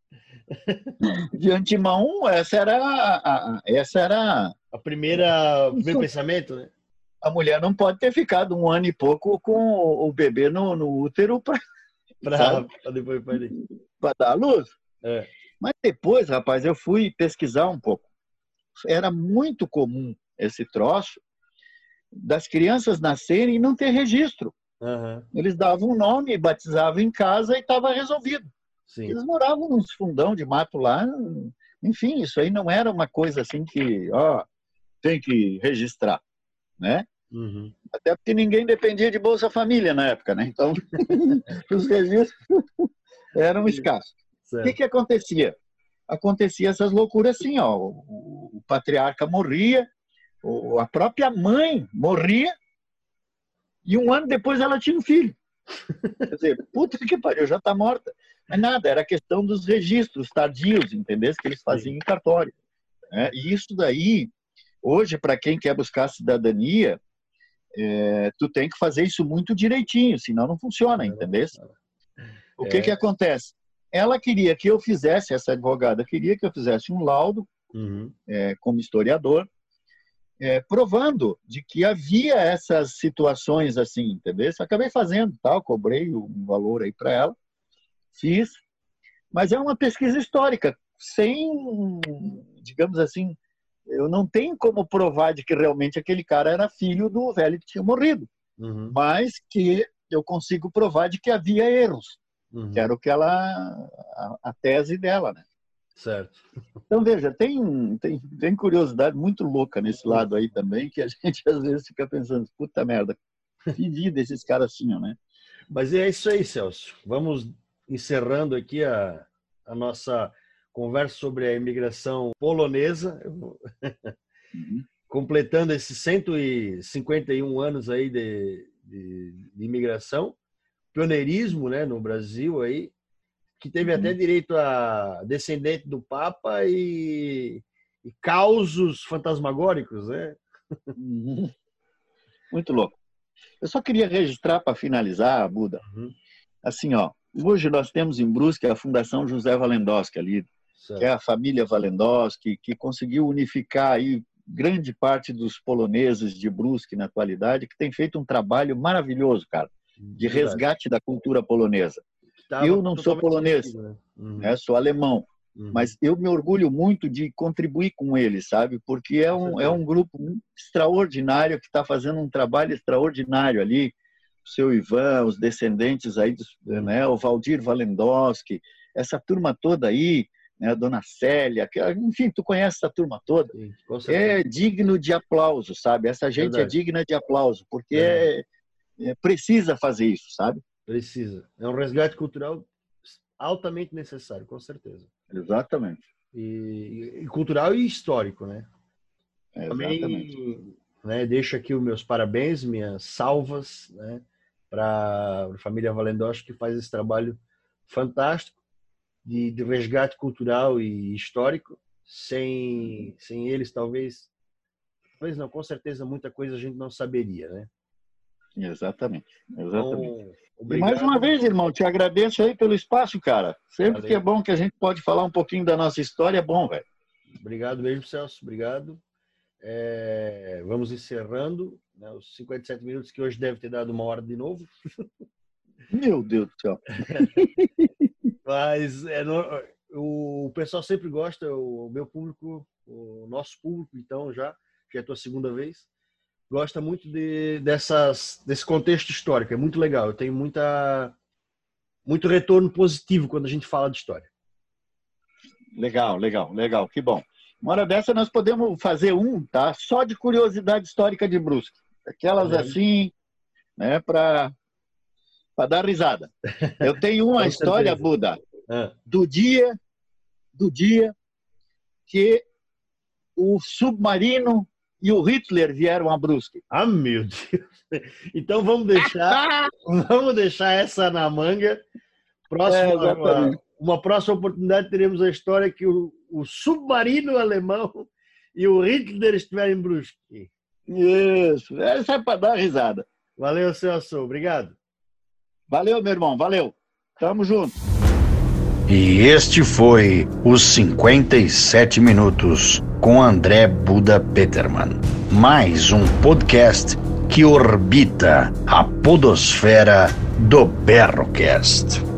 de antemão, essa era o primeiro pensamento, né? A mulher não pode ter ficado 1 ano e pouco com o bebê no útero para depois para dar a luz. Mas depois, rapaz, eu fui pesquisar um pouco. Era muito comum esse troço das crianças nascerem e não ter registro. Eles davam um nome, batizavam em casa e estava resolvido. Sim. Eles moravam num fundão de mato lá. Enfim, isso aí não era uma coisa assim que tem que registrar, né? Até porque ninguém dependia de Bolsa Família na época, né? Então, os registros eram escassos. O que acontecia? Acontecia essas loucuras assim, o patriarca morria, a própria mãe morria, e 1 ano depois ela tinha um filho. Quer dizer, puta que pariu, já está morta. Mas nada, era questão dos registros tardios, entendeu? Que eles faziam em cartório. E isso daí, hoje, para quem quer buscar cidadania, tu tem que fazer isso muito direitinho, senão não funciona, entendeu? O que acontece? ela queria que eu fizesse, essa advogada queria que eu fizesse um laudo como historiador, provando de que havia essas situações assim, entendeu? Acabei fazendo, tal, cobrei um valor aí para ela, fiz, mas é uma pesquisa histórica, sem, digamos assim, eu não tenho como provar de que realmente aquele cara era filho do velho que tinha morrido, mas que eu consigo provar de que havia erros, que era o que a tese dela, né? Certo. Então, veja, tem curiosidade muito louca nesse lado aí também, que a gente às vezes fica pensando, puta merda, que vida esses caras tinham, né? Mas é isso aí, Celso. Vamos encerrando aqui a nossa conversa sobre a imigração polonesa, completando esses 151 anos aí de imigração, pioneirismo, né, no Brasil aí, que teve até direito a descendente do Papa e causos fantasmagóricos, né? Muito louco. Eu só queria registrar para finalizar, Buda. Assim, ó, hoje nós temos em Brusque a Fundação José Walendowski ali, que é a família Walendowski, que conseguiu unificar aí grande parte dos poloneses de Brusque na atualidade, que tem feito um trabalho maravilhoso, cara, de resgate da cultura polonesa. Eu não sou polonês, né? Sou alemão, mas eu me orgulho muito de contribuir com eles, sabe? Porque é um grupo extraordinário que está fazendo um trabalho extraordinário ali. O seu Ivan, os descendentes aí, né? O Valdir Walendowski, essa turma toda aí, né? A dona Célia, enfim, tu conhece essa turma toda. Sim, é digno de aplauso, sabe? Essa gente é digna de aplauso, porque precisa fazer isso, sabe? Precisa. É um resgate cultural altamente necessário, com certeza. Exatamente. E cultural e histórico, né? Exatamente. Também, né, deixo aqui os meus parabéns, minhas salvas, né, para a família Walendowski, que faz esse trabalho fantástico de resgate cultural e histórico. Sem eles, talvez não, com certeza muita coisa a gente não saberia, né? Exatamente. Então, e mais uma vez, irmão, te agradeço aí pelo espaço, cara. Sempre que é bom que a gente pode falar um pouquinho da nossa história, é bom, velho. Obrigado mesmo, Celso. Obrigado. Vamos encerrando, né, os 57 minutos, que hoje deve ter dado 1 hora de novo. Meu Deus do céu. Mas o pessoal sempre gosta, o meu público, o nosso público, então já é a tua segunda vez, gosta muito desse contexto histórico. É muito legal. Eu tenho muito retorno positivo quando a gente fala de história. Legal. Que bom. Uma hora dessa nós podemos fazer tá? Só de curiosidade histórica de Brusque. Aquelas assim, né? Para dar risada. Eu tenho uma história, Buda, do dia que o submarino e o Hitler vieram a Brusque. Ah, meu Deus! Então vamos deixar essa na manga. Uma próxima oportunidade teremos a história que o submarino alemão e o Hitler estiveram em Brusque. Isso, essa é para dar risada. Valeu, Celso. Obrigado. Valeu, meu irmão. Valeu. Tamo junto. E este foi os 57 minutos com André Buda Petermann. Mais um podcast que orbita a podosfera do Berrocast.